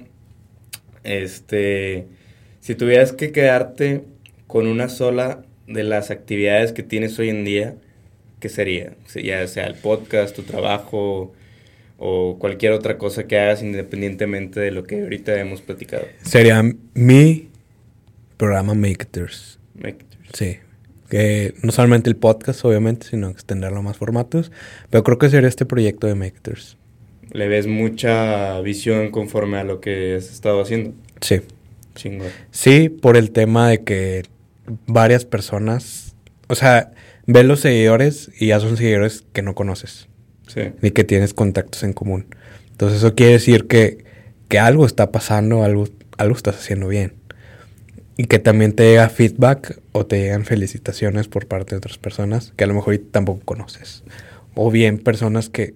Si tuvieras que quedarte con una sola de las actividades que tienes hoy en día, ¿qué sería? Ya sea el podcast, tu trabajo o cualquier otra cosa que hagas independientemente de lo que ahorita hemos platicado? Sería mi programa Makers. Sí. Que no solamente el podcast, obviamente, sino extenderlo a más formatos. Pero creo que sería este proyecto de Makers. ¿Le ves mucha visión conforme a lo que has estado haciendo? Sí. Chingón. Sí, por el tema de que varias personas... O sea, ves los seguidores y ya son seguidores que no conoces. Sí. Ni que tienes contactos en común. Entonces eso quiere decir que algo está pasando, algo estás haciendo bien. Y que también te llega feedback o te llegan felicitaciones por parte de otras personas que a lo mejor tampoco conoces. O bien personas que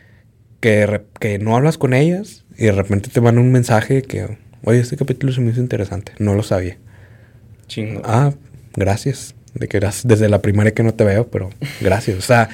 no hablas con ellas y de repente te mandan un mensaje que, oye, este capítulo se me hizo interesante, no lo sabía. Chingo. Ah, gracias. De que eras desde la primaria que no te veo, pero gracias. O sea,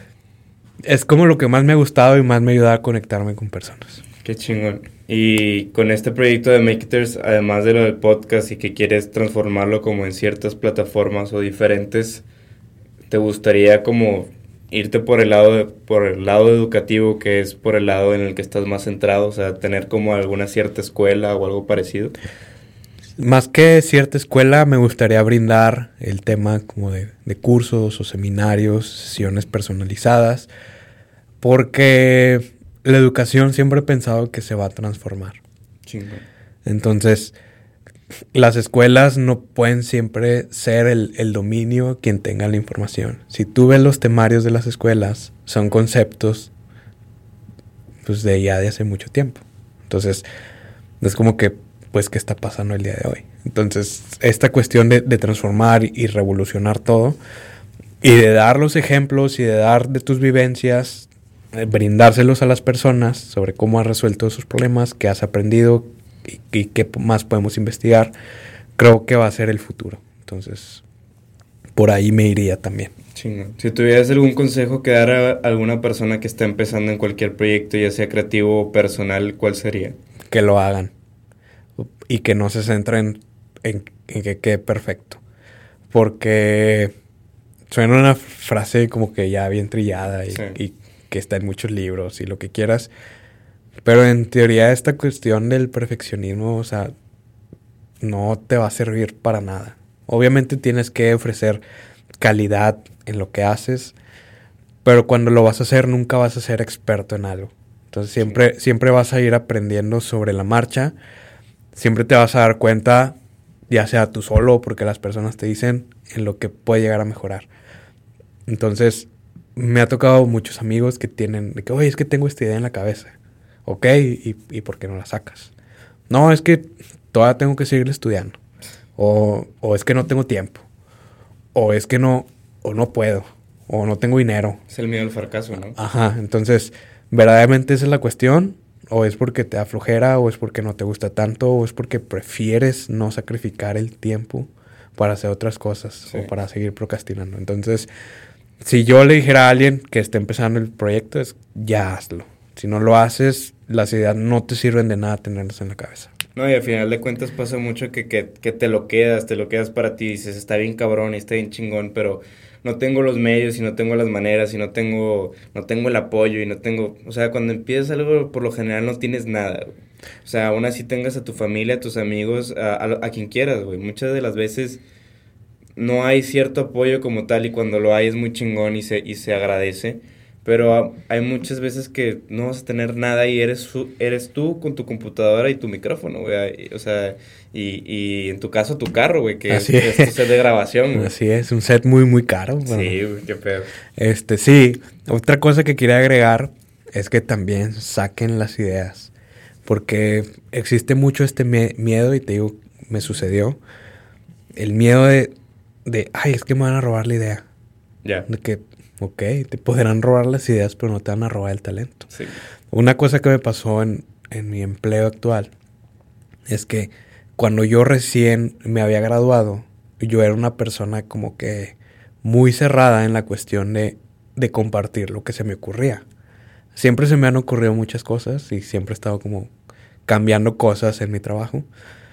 es como lo que más me ha gustado y más me ayuda a conectarme con personas. Qué chingón. Y con este proyecto de Makers, además de lo del podcast y que quieres transformarlo como en ciertas plataformas o diferentes, ¿te gustaría como irte por el lado educativo, que es por el lado en el que estás más centrado? O sea, tener como alguna cierta escuela o algo parecido. Más que cierta escuela, me gustaría brindar el tema como de cursos o seminarios, sesiones personalizadas, porque la educación siempre he pensado que se va a transformar. Chingón. Entonces, las escuelas no pueden siempre ser el dominio quien tenga la información. Si tú ves los temarios de las escuelas, son conceptos pues de hace mucho tiempo. Entonces, es como que, pues, ¿qué está pasando el día de hoy? Entonces, esta cuestión de transformar y revolucionar todo, y de dar los ejemplos y de dar de tus vivencias, brindárselos a las personas sobre cómo has resuelto esos problemas, qué has aprendido y qué más podemos investigar, creo que va a ser el futuro. Entonces, por ahí me iría también. Chingón. Si tuvieras algún consejo que dar a alguna persona que está empezando en cualquier proyecto, ya sea creativo o personal, ¿cuál sería? Que lo hagan y que no se centren en que quede perfecto. Porque suena una frase como que ya bien trillada y que está en muchos libros y lo que quieras. Pero en teoría esta cuestión del perfeccionismo, o sea, no te va a servir para nada. Obviamente tienes que ofrecer calidad en lo que haces, pero cuando lo vas a hacer nunca vas a ser experto en algo. Entonces siempre vas a ir aprendiendo sobre la marcha. Siempre te vas a dar cuenta, ya sea tú solo o porque las personas te dicen, en lo que puede llegar a mejorar. Entonces, me ha tocado muchos amigos que tienen, de que, oye, es que tengo esta idea en la cabeza. Ok, ¿y por qué no la sacas? No, es que todavía tengo que seguir estudiando. O es que no tengo tiempo. O es que no puedo. O no tengo dinero. Es el miedo al fracaso, ¿no? Ajá, entonces, verdaderamente esa es la cuestión. O es porque te da flojera, o es porque no te gusta tanto, o es porque prefieres no sacrificar el tiempo para hacer otras cosas, sí, o para seguir procrastinando. Entonces, si yo le dijera a alguien que esté empezando el proyecto, es ya hazlo. Si no lo haces, las ideas no te sirven de nada tenerlas en la cabeza. No, y al final de cuentas pasa mucho que te lo quedas para ti y dices, está bien cabrón y está bien chingón, pero no tengo los medios y no tengo las maneras y no tengo el apoyo y no tengo... O sea, cuando empiezas algo, por lo general no tienes nada, güey. O sea, aún así tengas a tu familia, a tus amigos, a quien quieras, güey. Muchas de las veces no hay cierto apoyo como tal y cuando lo hay es muy chingón y se agradece. Pero hay muchas veces que no vas a tener nada y eres tú con tu computadora y tu micrófono, güey. O sea, y en tu caso tu carro, güey, que es tu set de grabación, güey. Así es, un set muy, muy caro. Bueno. Sí, güey, qué pedo. Sí, otra cosa que quería agregar es que también saquen las ideas. Porque existe mucho este miedo, y te digo, me sucedió. El miedo de ay, es que me van a robar la idea. Ya. De que, ok, te podrán robar las ideas, pero no te van a robar el talento. Sí. Una cosa que me pasó en mi empleo actual es que cuando yo recién me había graduado, yo era una persona como que muy cerrada en la cuestión de compartir lo que se me ocurría. Siempre se me han ocurrido muchas cosas y siempre he estado como cambiando cosas en mi trabajo.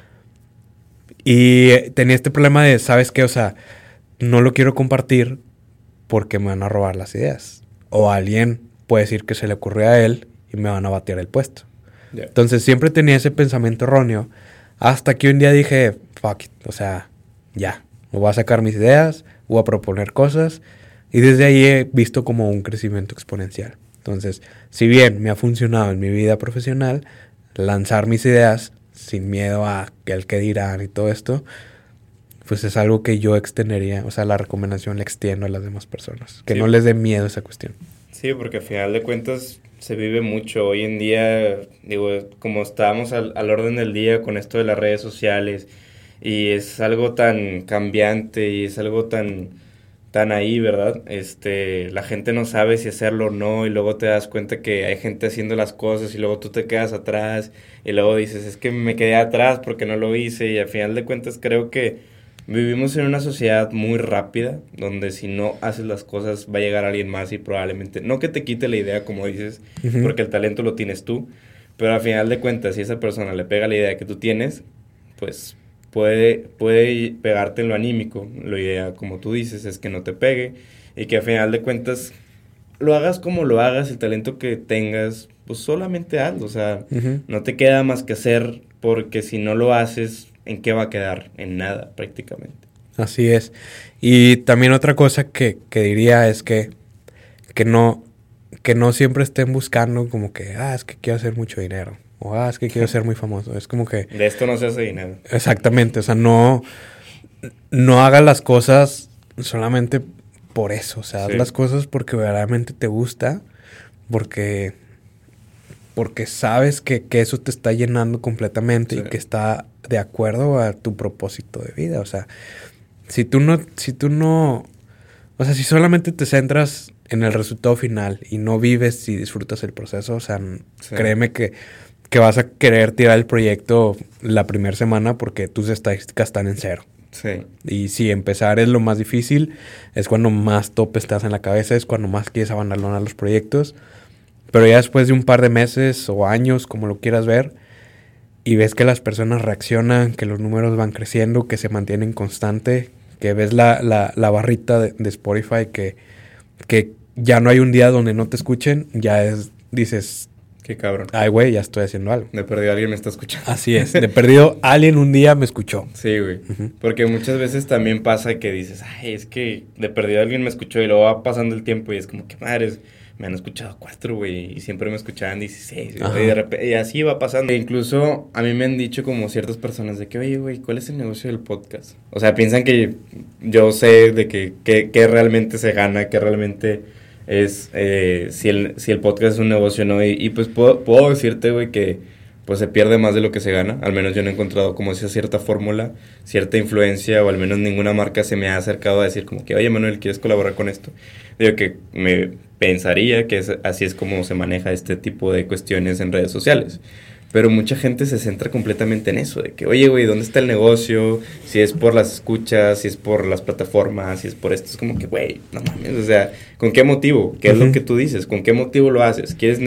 Y tenía este problema de, ¿sabes qué? O sea, no lo quiero compartir porque me van a robar las ideas. O alguien puede decir que se le ocurrió a él y me van a batear el puesto. Yeah. Entonces siempre tenía ese pensamiento erróneo hasta que un día dije, fuck it, o sea, ya, me voy a sacar mis ideas, voy a proponer cosas y desde ahí he visto como un crecimiento exponencial. Entonces, si bien me ha funcionado en mi vida profesional, lanzar mis ideas sin miedo a que el que dirán y todo esto, pues es algo que yo extendería, o sea, la recomendación la extiendo a las demás personas, que Sí. no les dé miedo esa cuestión. Sí, porque al final de cuentas se vive mucho. Hoy en día, digo, como estábamos al orden del día con esto de las redes sociales y es algo tan cambiante y es algo tan ahí, ¿verdad? La gente no sabe si hacerlo o no y luego te das cuenta que hay gente haciendo las cosas y luego tú te quedas atrás y luego dices, es que me quedé atrás porque no lo hice y al final de cuentas creo que vivimos en una sociedad muy rápida donde si no haces las cosas va a llegar alguien más y probablemente, no que te quite la idea como dices, Ujú. porque el talento lo tienes tú, pero al final de cuentas si esa persona le pega la idea que tú tienes, pues puede pegarte en lo anímico. La idea, como tú dices, es que no te pegue y que al final de cuentas lo hagas como lo hagas, el talento que tengas, pues solamente hazlo, o sea, Ujú. no te queda más que hacer porque si no lo haces, ¿en qué va a quedar? En nada, prácticamente. Así es. Y también otra cosa que diría es que no siempre estén buscando como que, es que quiero hacer mucho dinero. O, es que quiero ser muy famoso. Es como que, De esto no se hace dinero. exactamente, o sea, no hagas las cosas solamente por eso. O sea, haz Sí. las cosas porque verdaderamente te gusta, porque sabes que eso te está llenando completamente Sí. y que está de acuerdo a tu propósito de vida. O sea, si tú no, o sea, si solamente te centras en el resultado final y no vives y disfrutas el proceso, o sea, Sí. créeme que vas a querer tirar el proyecto la primera semana porque tus estadísticas están en cero. Sí. Y si empezar es lo más difícil, es cuando más tope estás en la cabeza, es cuando más quieres abandonar los proyectos. Pero ya después de un par de meses o años, como lo quieras ver, y ves que las personas reaccionan, que los números van creciendo, que se mantienen constante, que ves la barrita de Spotify, que ya no hay un día donde no te escuchen, dices, Qué cabrón. ay güey, ya estoy haciendo algo. De perdido alguien me está escuchando. Así es, de perdido alguien un día me escuchó. Sí, güey. Ujú. Porque muchas veces también pasa que dices, ay, es que de perdido alguien me escuchó y luego va pasando el tiempo y es como que madres, me han escuchado 4, güey, y siempre me escuchaban 16, Ajá. y de repente, y así va pasando. E incluso a mí me han dicho como ciertas personas de que, oye, güey, ¿cuál es el negocio del podcast? O sea, piensan que yo sé de que realmente se gana, que realmente es, si el podcast es un negocio o no, y pues puedo decirte, güey, que pues se pierde más de lo que se gana. Al menos yo no he encontrado como esa cierta fórmula, cierta influencia, o al menos ninguna marca se me ha acercado a decir como que, oye, Manuel, ¿quieres colaborar con esto? Digo que me pensaría que así es como se maneja este tipo de cuestiones en redes sociales. Pero mucha gente se centra completamente en eso, de que, oye, güey, ¿dónde está el negocio? Si es por las escuchas, si es por las plataformas, si es por esto, es como que, güey, no mames, o sea, ¿con qué motivo? ¿Qué es lo que tú dices? ¿Con qué motivo lo haces? ¿Quieres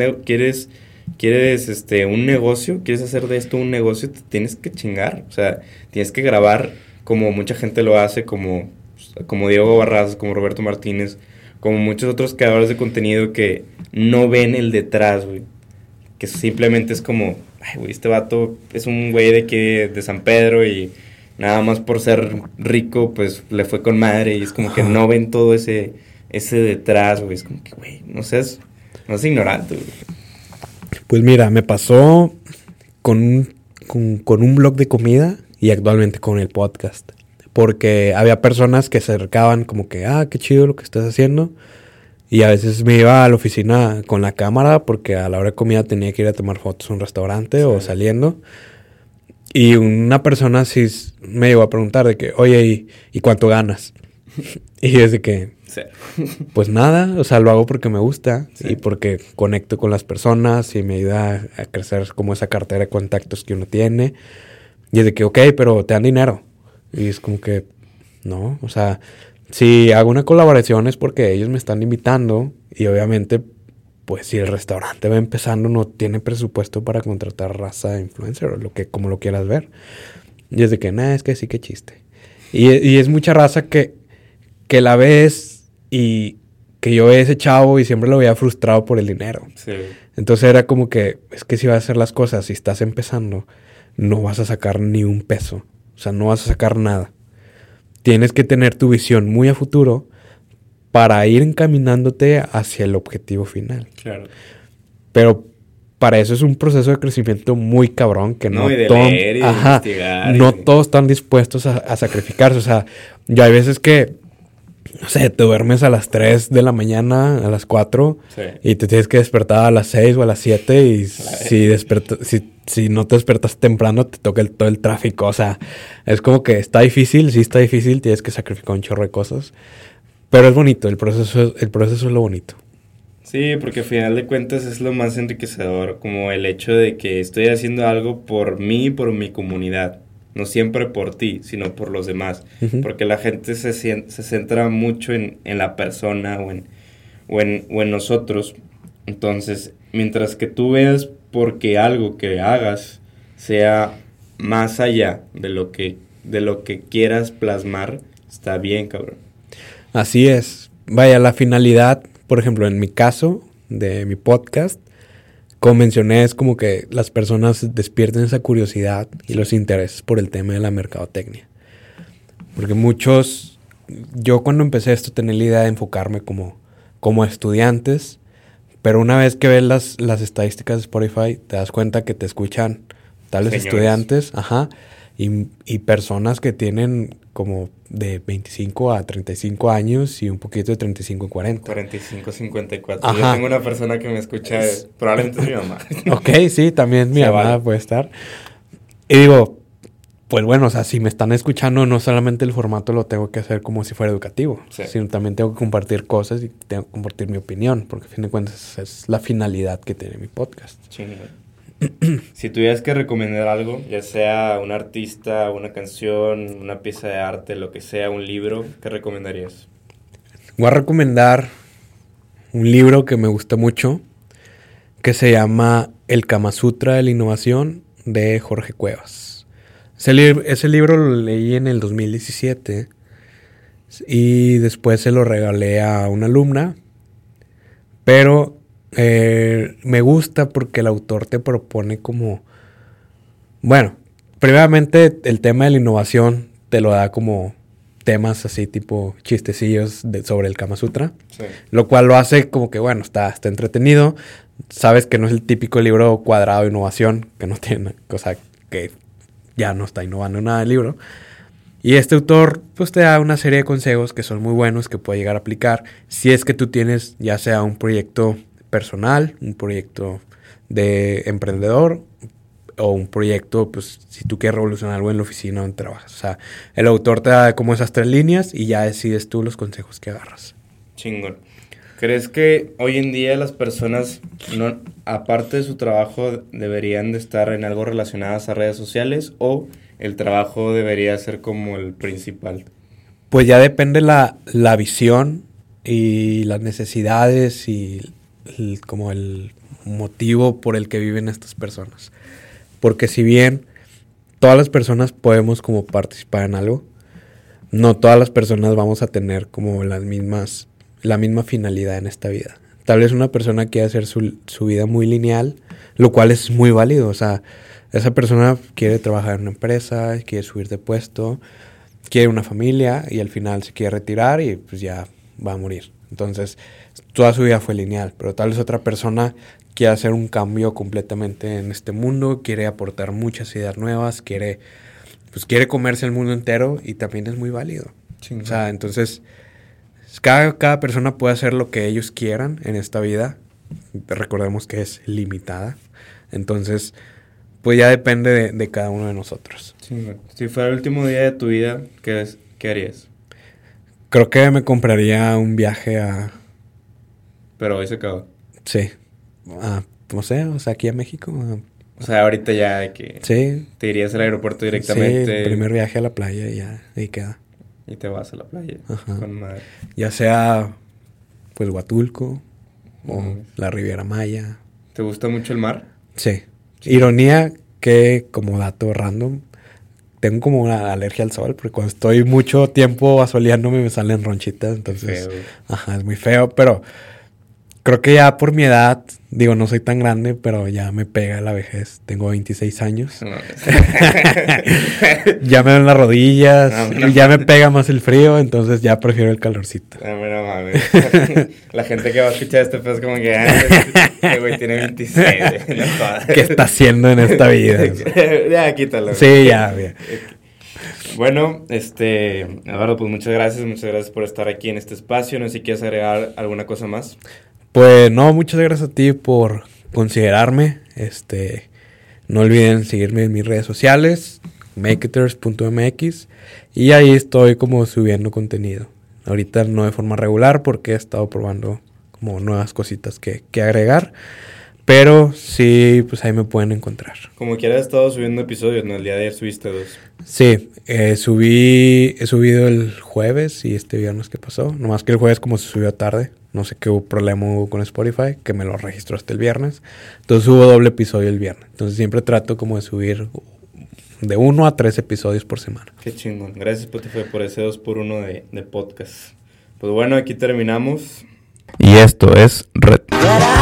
un negocio? ¿Quieres hacer de esto un negocio? Te tienes que chingar, o sea, tienes que grabar como mucha gente lo hace, como Diego Barrazas, como Roberto Martínez, como muchos otros creadores de contenido que no ven el detrás, güey, que simplemente es como, ay, güey, este vato es un güey de San Pedro y nada más por ser rico, pues le fue con madre y es como que no ven todo ese detrás, güey, es como que, güey, no seas ignorante, güey. Pues mira, me pasó con un blog de comida y actualmente con el podcast. Porque había personas que se acercaban como que, qué chido lo que estás haciendo. Y a veces me iba a la oficina con la cámara porque a la hora de comida tenía que ir a tomar fotos a un restaurante o saliendo. Y una persona sí me llegó a preguntar de que, oye, ¿y cuánto ganas? Y es de que, Sí. pues nada, o sea, lo hago porque me gusta Sí. y porque conecto con las personas y me ayuda a crecer como esa cartera de contactos que uno tiene. Y es de que, ok, pero te dan dinero. Y es como que, no, o sea, si hago una colaboración es porque ellos me están invitando y obviamente, pues si el restaurante va empezando no tiene presupuesto para contratar raza de influencer o como lo quieras ver. Y es de que, es que sí, que chiste. Y es mucha raza que la ves y que yo veía ese chavo y siempre lo veía frustrado por el dinero. Sí. Entonces era como que, es que si vas a hacer las cosas, si estás empezando, no vas a sacar ni un peso. O sea, no vas a sacar nada. Tienes que tener tu visión muy a futuro para ir encaminándote hacia el objetivo final. Claro. Pero para eso es un proceso de crecimiento muy cabrón que no, Y de leer y de investigar. No todos están dispuestos a sacrificarse. O sea, ya hay veces que, no sé, te duermes a las 3 de la mañana, a las 4, Sí. y te tienes que despertar a las 6 o a las 7 y si no te despertas temprano te toca todo el tráfico. O sea, es como que está difícil, sí está difícil, tienes que sacrificar un chorro de cosas. Pero es bonito, el proceso es lo bonito. Sí, porque al final de cuentas es lo más enriquecedor, como el hecho de que estoy haciendo algo por mí y por mi comunidad. No siempre por ti, sino por los demás. Ujú. Porque la gente se centra mucho en la persona o en nosotros. Entonces, mientras que tú veas porque algo que hagas sea más allá de lo que quieras plasmar, está bien, cabrón. Así es. Vaya, la finalidad, por ejemplo, en mi caso de mi podcast, como mencioné, es como que las personas despierten esa curiosidad y los intereses por el tema de la mercadotecnia. Porque yo cuando empecé esto tenía la idea de enfocarme como estudiantes, pero una vez que ves las estadísticas de Spotify, te das cuenta que te escuchan tales Señores. estudiantes, y personas que tienen como de 25 a 35 años y un poquito de 35 a 40. 45, 54. Ajá. Yo tengo una persona que me escucha, probablemente es mi mamá. Ok, sí, también mi Se mamá vale. puede estar. Y digo, pues bueno, o sea, si me están escuchando, no solamente el formato lo tengo que hacer como si fuera educativo, Sí. sino también tengo que compartir cosas y tengo que compartir mi opinión, porque a fin de cuentas es la finalidad que tiene mi podcast. Chingón. Si tuvieras que recomendar algo, ya sea un artista, una canción, una pieza de arte, lo que sea, un libro, ¿qué recomendarías? Voy a recomendar un libro que me gusta mucho, que se llama El Kama Sutra de la Innovación, de Jorge Cuevas. Ese libro lo leí en el 2017 y después se lo regalé a una alumna, pero me gusta porque el autor te propone como... Bueno, primeramente el tema de la innovación te lo da como temas así tipo chistecillos sobre el Kama Sutra. Sí. Lo cual lo hace como que, bueno, está entretenido. Sabes que no es el típico libro cuadrado de innovación, que no tiene cosa que ya no está innovando nada el libro. Y este autor pues te da una serie de consejos que son muy buenos, que puedes llegar a aplicar si es que tú tienes ya sea un proyecto personal, un proyecto de emprendedor o un proyecto, pues si tú quieres revolucionar algo en la oficina donde trabajas. O sea, el autor te da como esas 3 líneas y ya decides tú los consejos que agarras. Chingón. ¿Crees que hoy en día las personas, no, aparte de su trabajo, deberían de estar en algo relacionadas a redes sociales o el trabajo debería ser como el principal? Pues ya depende la visión y las necesidades y como el motivo por el que viven estas personas. Porque si bien todas las personas podemos como participar en algo, no todas las personas vamos a tener como la misma finalidad en esta vida. Tal vez una persona quiere hacer su vida muy lineal, lo cual es muy válido. O sea, esa persona quiere trabajar en una empresa, quiere subir de puesto, quiere una familia y al final se quiere retirar y pues ya va a morir. Entonces, toda su vida fue lineal, pero tal vez otra persona quiere hacer un cambio completamente en este mundo, quiere aportar muchas ideas nuevas, quiere comerse el mundo entero y también es muy válido. Chingón. O sea, entonces, cada persona puede hacer lo que ellos quieran en esta vida. Recordemos que es limitada. Entonces, pues ya depende de cada uno de nosotros. Chingón. Si fuera el último día de tu vida, ¿qué harías? Creo que me compraría un viaje Pero hoy se acabó. Sí. No sé, o sea, aquí a México. O sea, ahorita ya de que Sí. te irías al aeropuerto directamente. Sí, el primer viaje a la playa y ya, ahí queda. Y te vas a la playa. Ajá. Con madre. Ya sea, pues, Huatulco o Mm. la Riviera Maya. ¿Te gusta mucho el mar? Sí. Ironía que, como dato random, tengo como una alergia al sol, porque cuando estoy mucho tiempo asoleándome me salen ronchitas, entonces, ajá, es muy feo, pero creo que ya por mi edad, digo, no soy tan grande, pero ya me pega la vejez. Tengo 26 años. No. Ya me dan las rodillas, ya me pega más el frío, entonces ya prefiero el calorcito. No mames. La gente que va a escuchar este pues como que, este güey tiene 26. ¿Qué está haciendo en esta vida? Ya, quítalo. Sí, ya, bien. Bueno, Eduardo, pues muchas gracias por estar aquí en este espacio. No sé si quieres agregar alguna cosa más. Pues no, muchas gracias a ti por considerarme. No olviden seguirme en mis redes sociales, maketers.mx, y ahí estoy como subiendo contenido. Ahorita no de forma regular porque he estado probando como nuevas cositas que agregar, pero sí, pues ahí me pueden encontrar. Como quiera, he estado subiendo episodios, ¿no? El día de ayer subiste 2. Sí, he subido el jueves y este viernes que pasó. Nomás que el jueves como se subió tarde. No sé qué problema hubo con Spotify, que me lo registró hasta el viernes. Entonces hubo doble episodio el viernes. Entonces siempre trato como de subir de 1 a 3 episodios por semana. Qué chingón. Gracias Spotify por ese 2x1 de podcast. Pues bueno, aquí terminamos. Y esto es Red.